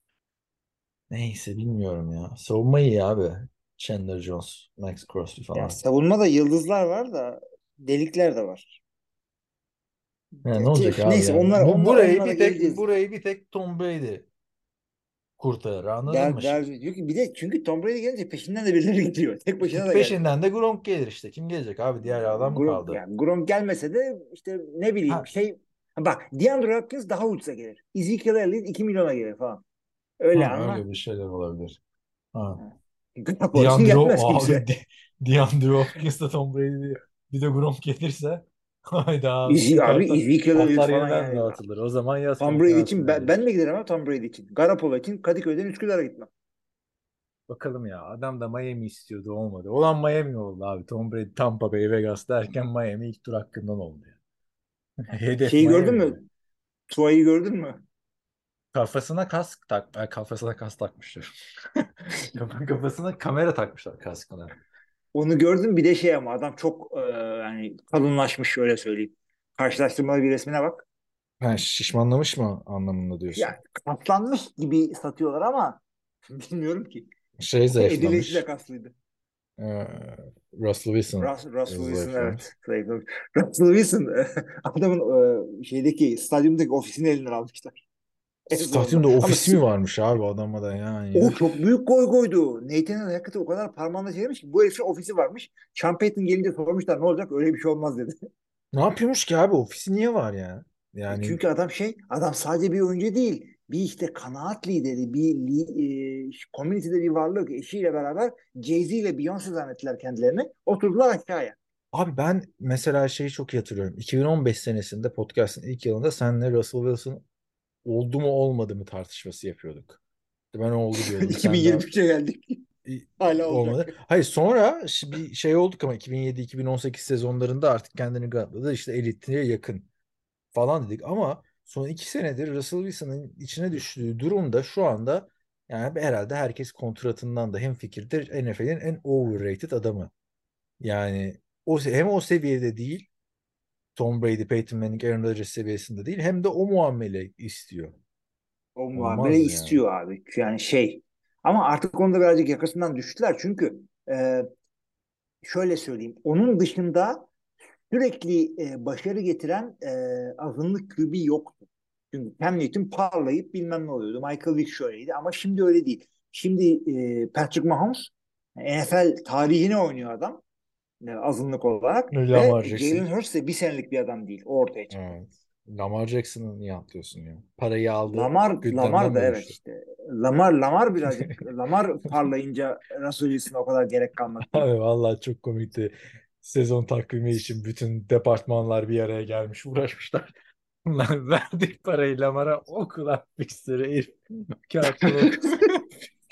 Speaker 4: Neyse bilmiyorum ya. Savunma iyi abi. Chandler Jones, Max Crosby
Speaker 5: Ya
Speaker 4: falan.
Speaker 5: savunmada yıldızlar var da delikler de var.
Speaker 4: Ya ne
Speaker 5: Ya,
Speaker 4: olacak
Speaker 5: ce-
Speaker 4: abi
Speaker 5: neyse
Speaker 4: yani?
Speaker 5: onlar,
Speaker 4: Bu
Speaker 5: onlar
Speaker 4: burayı
Speaker 5: onlara
Speaker 4: bir tek
Speaker 5: geleceğiz.
Speaker 4: burayı bir tek Tom Brady kurtarır. Anladın mı
Speaker 5: Der,
Speaker 4: şimdi?
Speaker 5: der, diyor ki bir de çünkü Tom Brady gelince peşinden de birileri gidiyor. Tek başına da gelmiyor.
Speaker 4: Peşinden de Gronk gelir işte. Kim gelecek abi? Diğer adam mı
Speaker 5: Gronk,
Speaker 4: kaldı?
Speaker 5: yani Gronk gelmese de işte ne bileyim
Speaker 4: Ha,
Speaker 5: şey, bak DeAndre Hopkins daha ucuza gelir. Ezekiel Elliott iki milyona gelir falan. Öyle
Speaker 4: ha
Speaker 5: anla.
Speaker 4: öyle bir şeyler olabilir. Ha.
Speaker 5: Garoppolo için
Speaker 4: DeAndre
Speaker 5: gelmez
Speaker 4: abi
Speaker 5: kimse.
Speaker 4: De- DeAndre Hopkins'la Tom Brady bir de Gronk gelirse hayda bütün
Speaker 5: Ezi, abi
Speaker 4: kartlar
Speaker 5: Ezekiel Elliott
Speaker 4: kartlar
Speaker 5: falan
Speaker 4: yeniden
Speaker 5: yani.
Speaker 4: dağıtılır. O zaman yaz
Speaker 5: Tom Brady
Speaker 4: konferansı
Speaker 5: için ben,
Speaker 4: verecek.
Speaker 5: ben de giderim ama Tom Brady için. Garoppolo için Kadıköy'den Üsküdar'a gitmem.
Speaker 4: Bakalım ya. Adam da Miami istiyordu olmadı. Olan Miami oldu abi. Tom Brady Tampa Bay Vegas derken Miami ilk tur hakkından oldu ya. Hedef
Speaker 5: Şeyi gördün
Speaker 4: Miami'ydi.
Speaker 5: mü? Tua'yı gördün mü?
Speaker 4: Kafasına kask tak, ay, kafasına kask takmışlar. Kafa- Kafasına kamera takmışlar kaskına.
Speaker 5: Onu gördüm, bir de şey ama adam çok e, yani kalınlaşmış, öyle söyleyeyim. Karşılaştırmalı bir resmine bak.
Speaker 4: Ha, şişmanlamış mı anlamında diyorsun?
Speaker 5: Yani kaslanmış gibi satıyorlar ama bilmiyorum ki.
Speaker 4: Şey
Speaker 5: Eddie Lacy de
Speaker 4: zayıflamış.
Speaker 5: kaslıydı.
Speaker 4: Ee, Russell Wilson
Speaker 5: Rus, Russell Wilson,
Speaker 4: zayıflamış.
Speaker 5: evet. Zayıflamış. Russell Wilson adamın e, şeydeki stadyumdaki ofisini elinden almışlar. En sonunda.
Speaker 4: Stadyumda
Speaker 5: Ama
Speaker 4: ofisi mi
Speaker 5: si-
Speaker 4: varmış abi adama da yani?
Speaker 5: o
Speaker 4: Üf.
Speaker 5: çok büyük goy goydu. Nathan'ın hakikaten o kadar parmağında çevirmiş ki bu herifin ofisi varmış. Sean Payton gelince sormuşlar ne olacak, öyle bir şey olmaz dedi.
Speaker 4: Ne yapıyormuş ki abi? Ofisi niye var ya?
Speaker 5: E
Speaker 4: Yani
Speaker 5: çünkü adam şey, adam sadece bir oyuncu değil. Bir işte kanaat lideri, bir li, e, community'de bir varlık, eşiyle beraber Jay-Z ile Beyoncé zannettiler kendilerini. Oturdular aşağıya.
Speaker 4: abi ben mesela şeyi çok iyi hatırlıyorum. iki bin on beş senesinde podcast'ın ilk yılında seninle Russell Wilson oldu mu olmadı mı tartışması yapıyorduk. Ben oldu diyordum. Sen de
Speaker 5: iki bin yirmi üçe geldik. Hala olacak.
Speaker 4: olmadı. Hayır sonra şi- bir şey olduk ama iki bin yedi iki bin on sekiz sezonlarında artık kendini kanıtladı. İşte elitliğe yakın falan dedik ama son iki senedir Russell Wilson'ın içine düştüğü durumda şu anda yani herhalde herkes kontratından da hemfikirdir. N F L'in en overrated adamı. Yani o hem o seviyede değil, Tom Brady, Peyton Manning, Aaron Rodgers seviyesinde değil, hem de o muamele istiyor.
Speaker 5: O muamele
Speaker 4: Olmaz yani.
Speaker 5: istiyor abi. Yani şey. Ama artık onu da birazcık yakasından düştüler. Çünkü e, şöyle söyleyeyim. Onun dışında sürekli e, başarı getiren e, azınlık Q B yoktu. Çünkü Cam Newton parlayıp bilmem ne oluyordu. Michael Vick şöyleydi ama şimdi öyle değil. Şimdi e, Patrick Mahomes N F L tarihine oynuyor adam, e, azınlık olarak, ve
Speaker 4: Lamar
Speaker 5: Jalen
Speaker 4: Jackson.
Speaker 5: Hurts de bir senelik bir adam değil. O ortaya çıktı.
Speaker 4: Evet. Lamar Jackson'ı niye atlıyorsun ya? Parayı aldı,
Speaker 5: Lamar
Speaker 4: gündemden
Speaker 5: Lamar
Speaker 4: mi
Speaker 5: da evet
Speaker 4: düştü?
Speaker 5: işte. Lamar Lamar birazcık Lamar parlayınca Russell Wilson'a o kadar gerek kalmadı diyeyim.
Speaker 4: Abi vallahi çok komikti. Sezon takvimi için bütün departmanlar bir araya gelmiş, uğraşmışlar. Lan verdik parayı Lamar'a o kulak fixleri herif. Kağıttan okusun.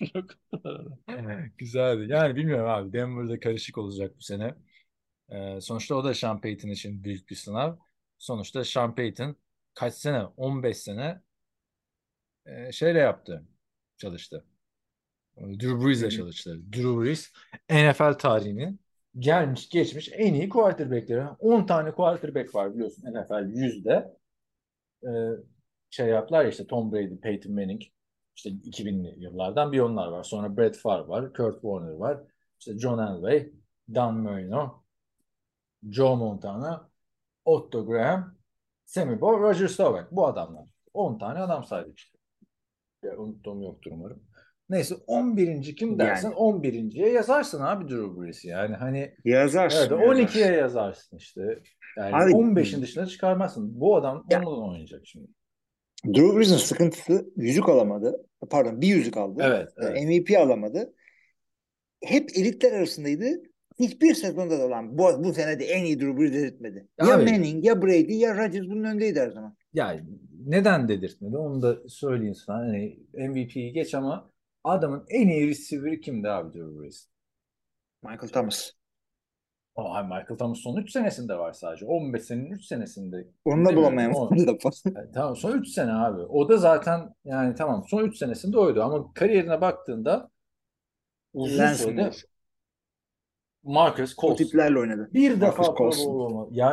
Speaker 4: Güzeldi. Yani bilmiyorum abi. Denver'da karışık olacak bu sene. Ee, sonuçta o da Sean Payton için büyük bir sınav. Sonuçta Sean Payton kaç sene? on beş sene e, şeyle yaptı. Çalıştı. Drew
Speaker 5: Hı
Speaker 4: Brees'le
Speaker 5: hı.
Speaker 4: çalıştı. Drew Brees N F L tarihinin gelmiş geçmiş en iyi quarterback'leri. on tane quarterback var biliyorsun N F L yüzde. Ee, şey yaptılar ya işte Tom Brady, Peyton Manning, işte iki binli yıllardan bir onlar var. Sonra Brett Favre var, Kurt Warner var. İşte John Elway, Dan Marino, Joe Montana, Otto Graham, Sammy Baugh, Roger Staubach. Bu adamlar. on tane adam saydık işte. Ya, unuttuğum yoktur umarım. Neyse on birinci kim dersen
Speaker 5: Yani
Speaker 4: on birinciye yazarsın abi Drew Brees'i. Yani hani ya da
Speaker 5: yazarsın
Speaker 4: on ikiye
Speaker 5: yazarsın.
Speaker 4: yazarsın işte. Yani
Speaker 5: Abi
Speaker 4: on beşin dışına çıkarmazsın. Bu adam
Speaker 5: ya
Speaker 4: onunla oynayacak şimdi.
Speaker 5: Drew Brees'in sıkıntısı yüzük alamadı. Pardon, bir yüzük aldı.
Speaker 4: Evet,
Speaker 5: E,
Speaker 4: evet.
Speaker 5: M V P alamadı. Hep elitler arasındaydı. Hiçbir sezonda da olan bu, bu sene de en iyi Drew Brees dedirtmedi. Ya
Speaker 4: Abi
Speaker 5: Manning ya Brady ya Rodgers bunun önündeydi her zaman.
Speaker 4: yani neden dedirtmedi onu da söyleyeyim sana. Hani M V P'yi geç ama adamın en iyi receiver'ı kimdi abi Drew Brees?
Speaker 5: Michael Thomas.
Speaker 4: Aa, Michael Thomas son üç senesinde var sadece. on beş senenin üç senesinde
Speaker 5: Onu da
Speaker 4: demiyorum
Speaker 5: bulamayan
Speaker 4: o.
Speaker 5: var da fazla.
Speaker 4: Yani tamam son üç sene abi. O da zaten yani tamam son üç senesinde oydu ama kariyerine baktığında uzun
Speaker 5: Lance
Speaker 4: sürede
Speaker 5: Moore.
Speaker 4: Marcus
Speaker 5: O
Speaker 4: Colston.
Speaker 5: tiplerle oynadı.
Speaker 4: Bir
Speaker 5: Marcus
Speaker 4: defa Pro Bowl
Speaker 5: Colston.
Speaker 4: olma. Yani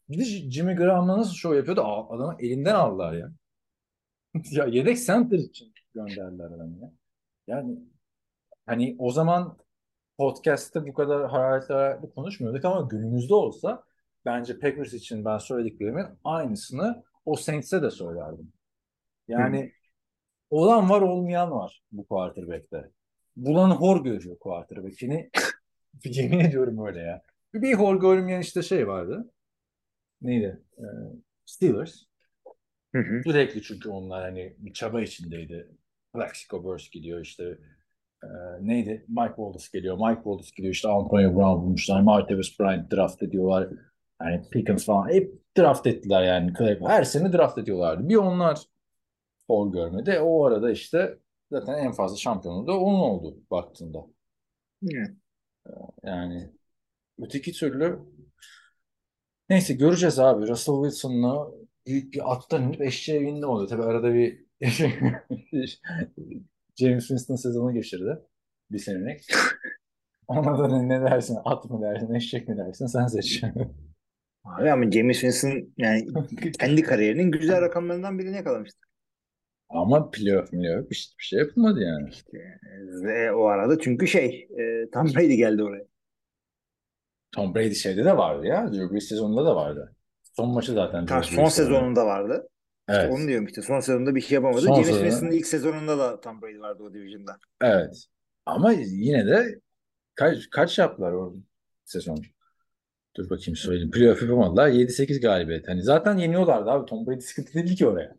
Speaker 4: Bir de Jimmy Graham'la nasıl şov yapıyordu? Aa, adamı elinden aldılar ya. Ya yedek center için gönderdiler adamı ya. Yani hani o zaman podcast'te bu kadar hararetli hararetli konuşmuyorduk ama günümüzde olsa bence Packers için ben söylediklerimin aynısını o Saints'e de söylerdim.
Speaker 5: Hı.
Speaker 4: Yani olan var olmayan var bu quarterback'te. Bulan hor görüyor quarterback'ini. Yemin ediyorum öyle ya. Bir hor görmeyen işte şey vardı. Neydi? Ee, Steelers.
Speaker 5: Hı hı.
Speaker 4: Sürekli çünkü onlar hani bir çaba içindeydi. Plaxico Burress gidiyor işte. Ee, neydi? Mike Wallace geliyor. Mike Wallace gidiyor işte Antonio Brown bulmuşlar. Martavis Bryant draft ediyorlar. Yani Pickens falan hep draft ettiler yani. Her sene draft ediyorlardı. Bir onlar hor görmedi. O arada işte zaten en fazla şampiyonu da onun oldu baktığında.
Speaker 5: Hı.
Speaker 4: Yani öteki türlü neyse göreceğiz abi. Russell Wilson'la büyük bir attan inip eşeğe bindi oldu. Tabii arada bir James Winston sezonu geçirdi. Bir senelik. Ona da ne dersin? At mı dersin? Eşek mi dersin? Sen seç.
Speaker 5: Abi ama James Winston yani kendi kariyerinin güzel rakamlarından birini yakalamıştı.
Speaker 4: Ama playoff playoff bir, bir şey yapılmadı yani.
Speaker 5: İşte, ve o arada çünkü şey e, Tom Brady geldi oraya.
Speaker 4: Tom Brady şeyde de vardı ya. Drew Brees sezonunda da vardı. Son maçı zaten
Speaker 5: Ta
Speaker 4: Drew
Speaker 5: son
Speaker 4: Brees'te oynadı.
Speaker 5: sezonunda vardı. İşte onu
Speaker 4: Evet.
Speaker 5: diyorum işte son sezonunda bir şey yapamadı.
Speaker 4: Son
Speaker 5: James Winston'ın
Speaker 4: sezonu.
Speaker 5: ilk sezonunda da Tom Brady vardı o division'da.
Speaker 4: Evet. Ama yine de kaç, kaç yaptılar o sezon? Dur bakayım söyleyeyim. Playoff yapamadılar. yedi sekiz galibiyet. Hani zaten yeniyorlardı abi. Tom Brady sıkıntı değil ki oraya.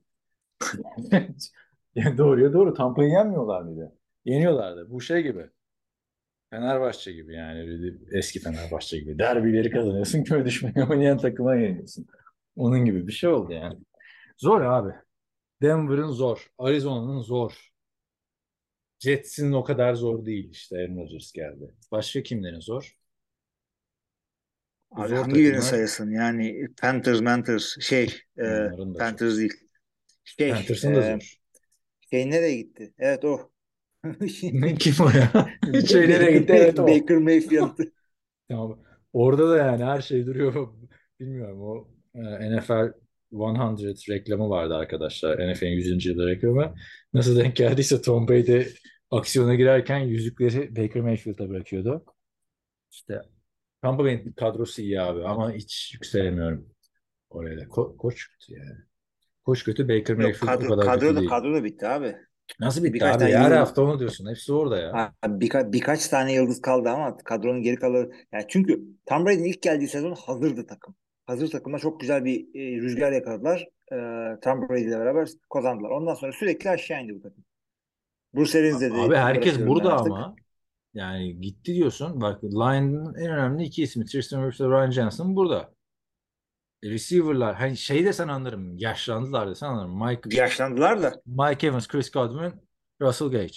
Speaker 4: Yani doğruya doğru. Tampa'yı yenmiyorlar mıydı? Yeniyorlardı. Bu şey gibi. Fenerbahçe gibi yani. Öyle eski Fenerbahçe gibi. Derbileri kazanıyorsun. Küme düşmeyi oynayan takıma yeniyorsun. Onun gibi bir şey oldu yani. Zor abi. Denver'ın zor. Arizona'nın zor. Jets'in o kadar zor değil işte. Aaron Rodgers geldi. Başka kimlerin zor? Bu
Speaker 5: Abi
Speaker 4: zor
Speaker 5: hangi birini
Speaker 4: takımlar
Speaker 5: sayasın? Yani Panthers, Panthers şey e,
Speaker 4: onların da çok
Speaker 5: Panthers
Speaker 4: zor.
Speaker 5: değil. Şey
Speaker 4: Panthers'ın da
Speaker 5: e,
Speaker 4: zor.
Speaker 5: şey nereye gitti? Evet o.
Speaker 4: Ne kim o ya? Şey nereye
Speaker 5: Baker,
Speaker 4: gitti?
Speaker 5: May
Speaker 4: Evet o.
Speaker 5: Baker Mayfield.
Speaker 4: Tamam. Orada da yani her şey duruyor. Bilmiyorum o e, N F L yüz reklamı vardı arkadaşlar. N F L'in yüzüncü yılı reklamı. Nasıl denk geldiyse Tom Brady aksiyona girerken yüzükleri Baker Mayfield'a bırakıyordu. İşte Tampa Bay'in kadrosu iyi abi ama hiç yükselemiyorum oraya da. Ko- koç kötü yani. Koç kötü, Baker
Speaker 5: Yok
Speaker 4: Mayfield o
Speaker 5: kadro
Speaker 4: kadar kötü
Speaker 5: kadro da
Speaker 4: değil.
Speaker 5: kadro da bitti abi.
Speaker 4: Nasıl bitti
Speaker 5: Birkaç
Speaker 4: abi?
Speaker 5: tane
Speaker 4: Her
Speaker 5: yıldız
Speaker 4: hafta onu diyorsun. Hepsi orada ya.
Speaker 5: ha, birka, birkaç tane yıldız kaldı ama kadronun geri kalanı yani çünkü Tom Brady'nin ilk geldiği sezon hazırdı takım. Hazır takımda çok güzel bir e, rüzgar yakaladılar. E, Tom Brady ile beraber kazandılar. Ondan sonra sürekli aşağı indi bu takım. Bruce Arians
Speaker 4: Abi
Speaker 5: dedi
Speaker 4: herkes
Speaker 5: bırakıyorum ben
Speaker 4: burada
Speaker 5: artık.
Speaker 4: ama. Yani gitti diyorsun. Bak Lion'ın en önemli iki ismi Tristan Wirfs ve Ryan Jensen burada. E, Receiver'lar hani şey desen anlarım. Yaşlandılar desen anlarım. Mike,
Speaker 5: Yaşlandılar da.
Speaker 4: Mike Evans, Chris Godwin, Russell Gage.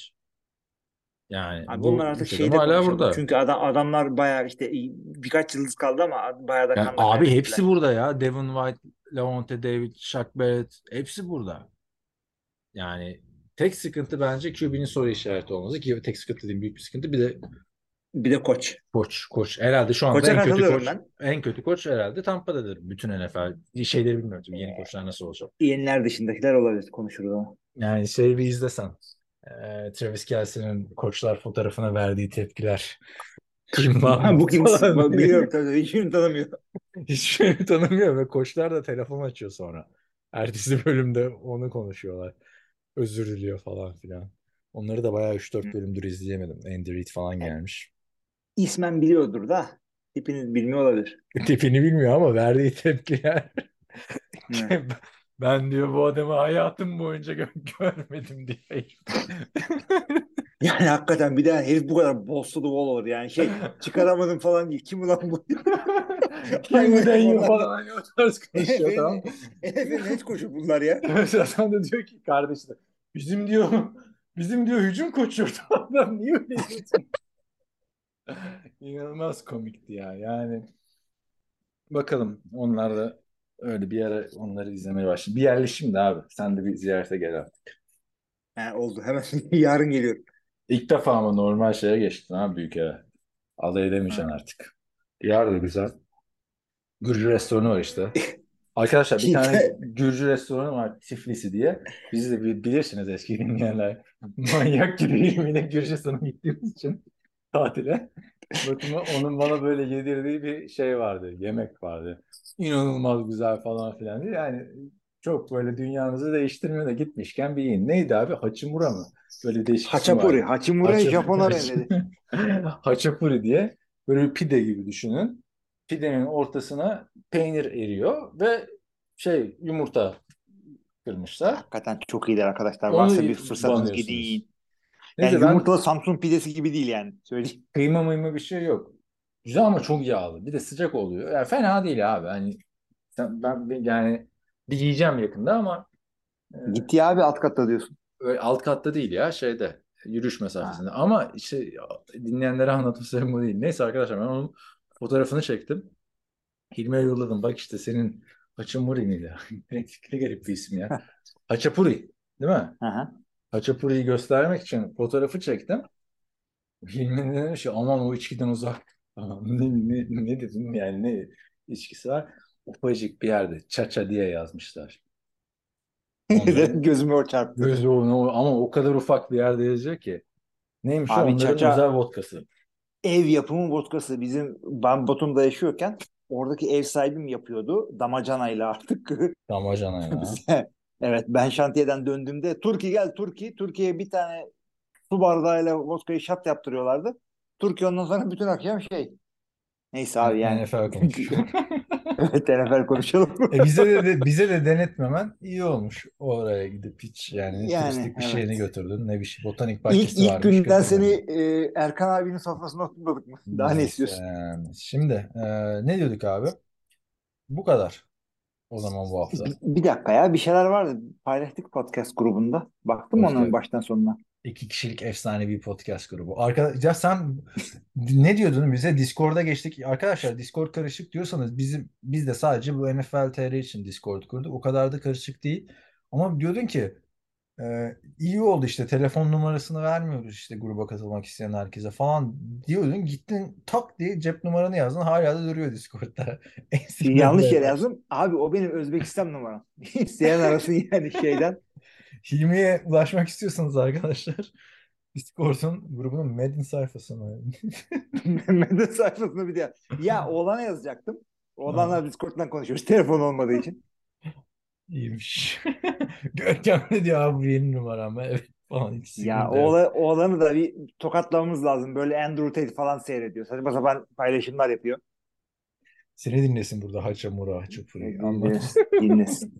Speaker 4: Yani
Speaker 5: Abi bunlar
Speaker 4: bu
Speaker 5: artık
Speaker 4: üç adam
Speaker 5: şeyde
Speaker 4: hala
Speaker 5: konuşalım.
Speaker 4: burada.
Speaker 5: Çünkü adam, adamlar bayağı işte birkaç yıldız kaldı ama bayağı da
Speaker 4: Yani
Speaker 5: kan da
Speaker 4: abi hepsi
Speaker 5: kaybettiler.
Speaker 4: burada ya. Devin White, Lavonte David, Shaq Barrett hepsi burada. Yani tek sıkıntı bence Q B'nin soru işareti olması ki tek sıkıntı değil büyük bir sıkıntı. Bir de
Speaker 5: Bir de koç.
Speaker 4: koç, koç. Herhalde şu anda
Speaker 5: Koça
Speaker 4: en kötü
Speaker 5: katılıyorum
Speaker 4: koç,
Speaker 5: ben.
Speaker 4: en kötü koç herhalde Tampa'dadır. Bütün N F L. Şeyleri bilmiyorum tabii yeni koçlar nasıl olacak.
Speaker 5: Yeniler dışındakiler olabilir konuşuruz ama.
Speaker 4: Yani şey bir izlesen. e, Travis Kelce'nin koçlar fotoğrafına verdiği tepkiler. Kim lan bu
Speaker 5: Bu kim?
Speaker 4: falan.
Speaker 5: Biliyorum tabii. Hiçbirini tanımıyor.
Speaker 4: Hiçbirini tanımıyor ve koçlar da telefon açıyor sonra. Ertesi bölümde onu konuşuyorlar. Özür diliyor falan filan. Onları da bayağı üç dört bölümdür izleyemedim. Andy Reid falan
Speaker 5: Yani
Speaker 4: gelmiş.
Speaker 5: ismen biliyordur da tipiniz bilmiyor olabilir.
Speaker 4: Tipini bilmiyor ama verdiği tepkiler.
Speaker 5: Hı.
Speaker 4: Ben diyor bu adamı hayatım boyunca gö- görmedim diye.
Speaker 5: Yani hakikaten bir de herif bu kadar boss to the wall olur yani şey çıkaramadım falan değil. Kim ulan bu?
Speaker 4: Kim bu
Speaker 5: Hayvan
Speaker 4: deniyor
Speaker 5: hayvanlardan.
Speaker 4: falan hani o tarz konuşuyor tamam.
Speaker 5: N F L'in N F L'in hiç koşu bunlar ya.
Speaker 4: Adam da diyor ki kardeşi de bizim diyor bizim diyor hücum koçu adam niye öyle diyorsun? İnanılmaz komikti ya yani. Bakalım onlar da öyle bir ara onları izlemeye başladı. Bir yerleşim de abi. Sen de bir ziyarete gel abi.
Speaker 5: Ha, oldu hemen yarın geliyorum.
Speaker 4: İlk defa ama normal şeye geçtin ha büyük eve. Alay edemeyeceksin
Speaker 5: Ha.
Speaker 4: artık. Diyar da güzel. Gürcü restoranı var işte. Arkadaşlar bir tane Gürcü restoranı var Tiflis'i diye. Bizi de bi- bilirsiniz eski dinleyenler. Manyak gibi ilmiyle Gürcistan'a gittiğimiz için tatile. Bakın onun bana böyle yedirdiği bir şey vardı. Yemek vardı. İnanılmaz güzel falan filan diye. Yani çok böyle dünyanızı değiştirmiyor da gitmişken bir yiyin. Neydi abi? Hachimura mı? Böyle değişik ismi
Speaker 5: Haçapuri.
Speaker 4: vardı.
Speaker 5: Hachimura'yı
Speaker 4: Haça-
Speaker 5: Japon'a benzedi.
Speaker 4: Haçapuri diye. Böyle bir pide gibi düşünün. Pidenin ortasına peynir eriyor ve şey yumurta kırmışlar.
Speaker 5: Hakikaten çok iyiler arkadaşlar.
Speaker 4: Onu
Speaker 5: Varsa bir fırsatınız
Speaker 4: banıyorsunuz.
Speaker 5: gidin. Yani
Speaker 4: Neyse ben
Speaker 5: yumurtalı Samsun pidesi gibi değil yani. Söyleyeyim.
Speaker 4: kıyma mıyma bir şey yok. Güzel ama çok yağlı. Bir de sıcak oluyor. Yani fena değil abi. Hani sen- ben ben- yani bir yiyeceğim yakında ama e,
Speaker 5: Gitti abi alt katta diyorsun.
Speaker 4: öyle alt katta değil ya şeyde yürüyüş
Speaker 5: Ha.
Speaker 4: mesafesinde. Ama işte dinleyenlere anlatım sebebim bu değil. Neyse arkadaşlar ben onun fotoğrafını çektim. Hilmi'ye yolladım. Bak işte senin Haçamuri miydi? Ne ne garip bir isim ya. Haçapuri, değil mi?
Speaker 5: Aha.
Speaker 4: Haçapuri'yi göstermek için fotoğrafı çektim. Hilmi de demiş ki aman o içkiden uzak. Ne, ne, ne dedim yani ne içkisi var? Ufacık bir yerde Çaça diye yazmışlar. Onların
Speaker 5: Gözüme o çarptı.
Speaker 4: gözü onu ama o kadar ufak bir yerde yazıyor ki. Neymiş o?
Speaker 5: Abi
Speaker 4: Onların
Speaker 5: Çaça
Speaker 4: özel vodkası.
Speaker 5: ev yapımı vodkası. Bizim ben Batum'da yaşıyorken oradaki ev sahibim yapıyordu. Damacanayla artık.
Speaker 4: Damacanayla.
Speaker 5: Evet, ben şantiyeden döndüğümde Turki gel Turki. Türkiye'ye bir tane su bardağıyla vodkayı şat yaptırıyorlardı. Türkiye ondan sonra bütün akşam şey. Neyse abi yani.
Speaker 4: N F L konuşuyor.
Speaker 5: Evet, N F L konuşalım.
Speaker 4: E bize de, de bize de denetmemen iyi olmuş. Oraya gidip hiç yani
Speaker 5: Yani
Speaker 4: turistik bir şeyini
Speaker 5: evet.
Speaker 4: götürdün. Ne bir şey botanik
Speaker 5: İlk
Speaker 4: bahçesi
Speaker 5: ilk
Speaker 4: varmış
Speaker 5: günden seni
Speaker 4: götürmedin.
Speaker 5: e, Erkan abinin sofrasına oturtmadık mı? Daha ne
Speaker 4: Neyse.
Speaker 5: istiyorsun?
Speaker 4: Şimdi e, ne diyorduk abi? Bu kadar o zaman bu hafta.
Speaker 5: Bir, bir dakika ya, bir şeyler vardı. Paylaştık podcast grubunda. Baktım onun
Speaker 4: Podcast.
Speaker 5: baştan sonuna.
Speaker 4: İki kişilik efsanevi podcast grubu. Arkadaş, ya sen ne diyordun bize? Discord'a geçtik. Arkadaşlar Discord karışık diyorsanız bizim biz de sadece bu N F L T R için Discord kurduk. O kadar da karışık değil. Ama diyordun ki e, iyi oldu işte telefon numarasını vermiyoruz işte gruba katılmak isteyen herkese falan diyordun. Gittin tak diye cep numaranı yazdın. Hala da duruyor Discord'da. En
Speaker 5: Yanlış yere
Speaker 4: sinirlendiler.
Speaker 5: yazdım. Abi o benim Özbekistan numaram. İsteyen arasın yani şeyden.
Speaker 4: Hilmi'ye ulaşmak istiyorsanız arkadaşlar Discord'un grubunun Medin sayfasına.
Speaker 5: Mehmet'in sayfasını bir de. Ya oğlana yazacaktım.
Speaker 4: Aa,
Speaker 5: Oğlanla Discord'dan konuşuyoruz. Telefon olmadığı için.
Speaker 4: iyiymiş. Görkem ne diyor abi bu yeni numaram. Evet falan ikisi
Speaker 5: Ya
Speaker 4: güldü.
Speaker 5: oğla, oğlanı da bir tokatlamamız lazım. Böyle Andrew Tate falan seyrediyor. Saçma sapan paylaşımlar yapıyor.
Speaker 4: Seni dinlesin burada Haçamura, Haçapuri. Anlat.
Speaker 5: Dinlesin. Dinlesin.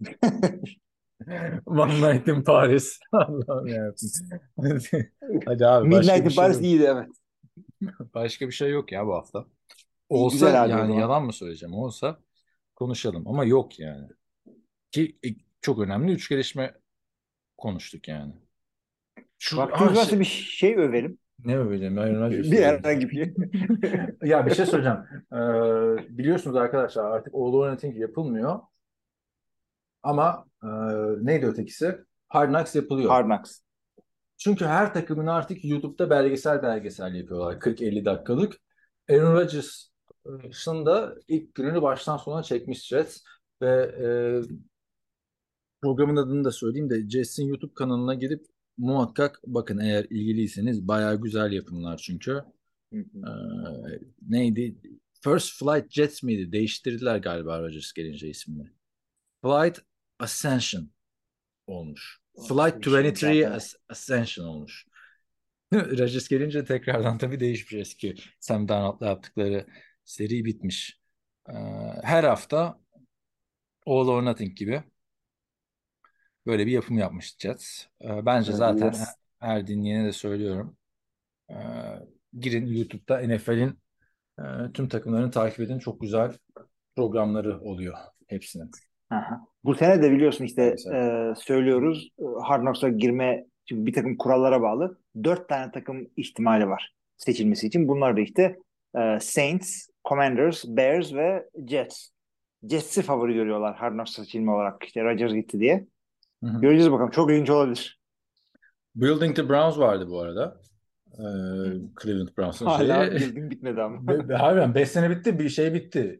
Speaker 4: One Night in Paris. Allah'ım yarabbim. Hadi, hadi abi başka
Speaker 5: Midnight
Speaker 4: bir
Speaker 5: in
Speaker 4: şey
Speaker 5: Paris
Speaker 4: yok.
Speaker 5: iyiydi, evet.
Speaker 4: Başka bir şey yok ya bu hafta.
Speaker 5: İyi,
Speaker 4: Olsa
Speaker 5: güzel abi o
Speaker 4: yani
Speaker 5: zaman.
Speaker 4: yalan mı söyleyeceğim? Olsa konuşalım ama yok yani. Ki e, çok önemli üç gelişme konuştuk yani. Şu
Speaker 5: Vaktiniz
Speaker 4: ha
Speaker 5: varsa bir
Speaker 4: şey
Speaker 5: şey övelim.
Speaker 4: ne öveceğim? Aaron Rodgers
Speaker 5: Bir
Speaker 4: öveceğim.
Speaker 5: herhangi bir şey.
Speaker 4: Ya bir şey söyleyeceğim. Ee, biliyorsunuz arkadaşlar artık All or Nothing yapılmıyor. Ama e, neydi ötekisi? Hard Knocks yapılıyor.
Speaker 5: Hard Knocks.
Speaker 4: Çünkü her takımın artık YouTube'da belgesel belgesel yapıyorlar. kırk elli dakikalık. Aaron Rodgers'ın da ilk gününü baştan sona çekmiş Jets. Ve e, programın adını da söyleyeyim de Jets'in YouTube kanalına gidip muhakkak bakın eğer ilgiliyseniz bayağı güzel yapımlar çünkü.
Speaker 5: Hı hı.
Speaker 4: Ee, neydi? First Flight Jets miydi? Değiştirdiler galiba Rodgers gelince ismini. Flight Ascension olmuş. Flight
Speaker 5: Ascension
Speaker 4: yirmi üç
Speaker 5: zaten.
Speaker 4: As- Ascension olmuş. Rodgers gelince tekrardan tabii değişmiş eski Sam Darnold'la yaptıkları seri bitmiş. Ee, her hafta All or Nothing gibi böyle bir yapım yapmış Jets. Ee, bence
Speaker 5: Evet,
Speaker 4: zaten
Speaker 5: biraz.
Speaker 4: her dinleyene de söylüyorum. Ee, girin YouTube'da N F L'in e, tüm takımlarını takip edin. Çok güzel programları oluyor hepsinin.
Speaker 5: Aha. Bu sene de biliyorsun işte
Speaker 4: Belgesel.
Speaker 5: e, söylüyoruz. e, Hard Knocks'a girme çünkü bir takım kurallara bağlı. Dört tane takım ihtimali var seçilmesi için. Bunlar da işte e, Saints, Commanders, Bears ve Jets. Jets'i favori görüyorlar Hard Knocks seçilme olarak. İşte Rodgers gitti diye.
Speaker 4: Hı hı.
Speaker 5: Göreceğiz bakalım. Çok ilginç olabilir.
Speaker 4: Building the Browns vardı bu arada. Ee,
Speaker 5: Hı.
Speaker 4: Cleveland Browns'ın
Speaker 5: Hala
Speaker 4: şeyi.
Speaker 5: building bitmedi ama.
Speaker 4: Be- be- Harbiden beş sene bitti. Bir şey bitti.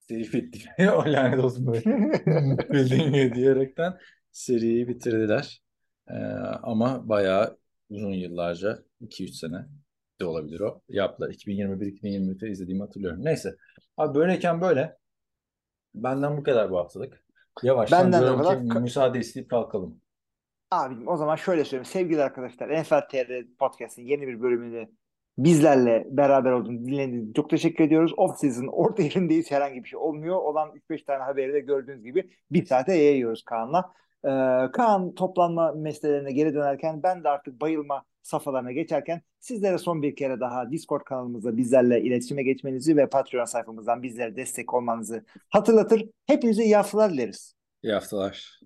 Speaker 4: seri bitti. O lanet olsun böyle. Bildiğin gibi diyerekten seriyi bitirdiler. Ee, ama bayağı uzun yıllarca iki üç sene de olabilir o. Yaptılar. iki bin yirmi bir-iki bin yirmi ikide izlediğimi hatırlıyorum. Neyse. Abi böyleyken böyle. Benden bu kadar bu haftalık. Yavaştan
Speaker 5: Benden de o
Speaker 4: diyorum ki
Speaker 5: kadar. Ka-
Speaker 4: müsaade isteyip kalkalım.
Speaker 5: Abim o zaman şöyle söyleyeyim. Sevgili arkadaşlar, N F L T R Podcast'ın yeni bir bölümünde bizlerle beraber olduğunuz, dinlediğiniz için çok teşekkür ediyoruz. Off season orta yerindeyiz. Herhangi bir şey olmuyor. Olan üç beş tane haberi de gördüğünüz gibi bir saate yayıyoruz Kaan'la. Ee, Kaan toplanma meselelerine geri dönerken, ben de artık bayılma safhalarına geçerken, sizlere son bir kere daha Discord kanalımızda bizlerle iletişime geçmenizi ve Patreon sayfamızdan bizlere destek olmanızı hatırlatır. Hepinize iyi haftalar dileriz.
Speaker 4: İyi haftalar.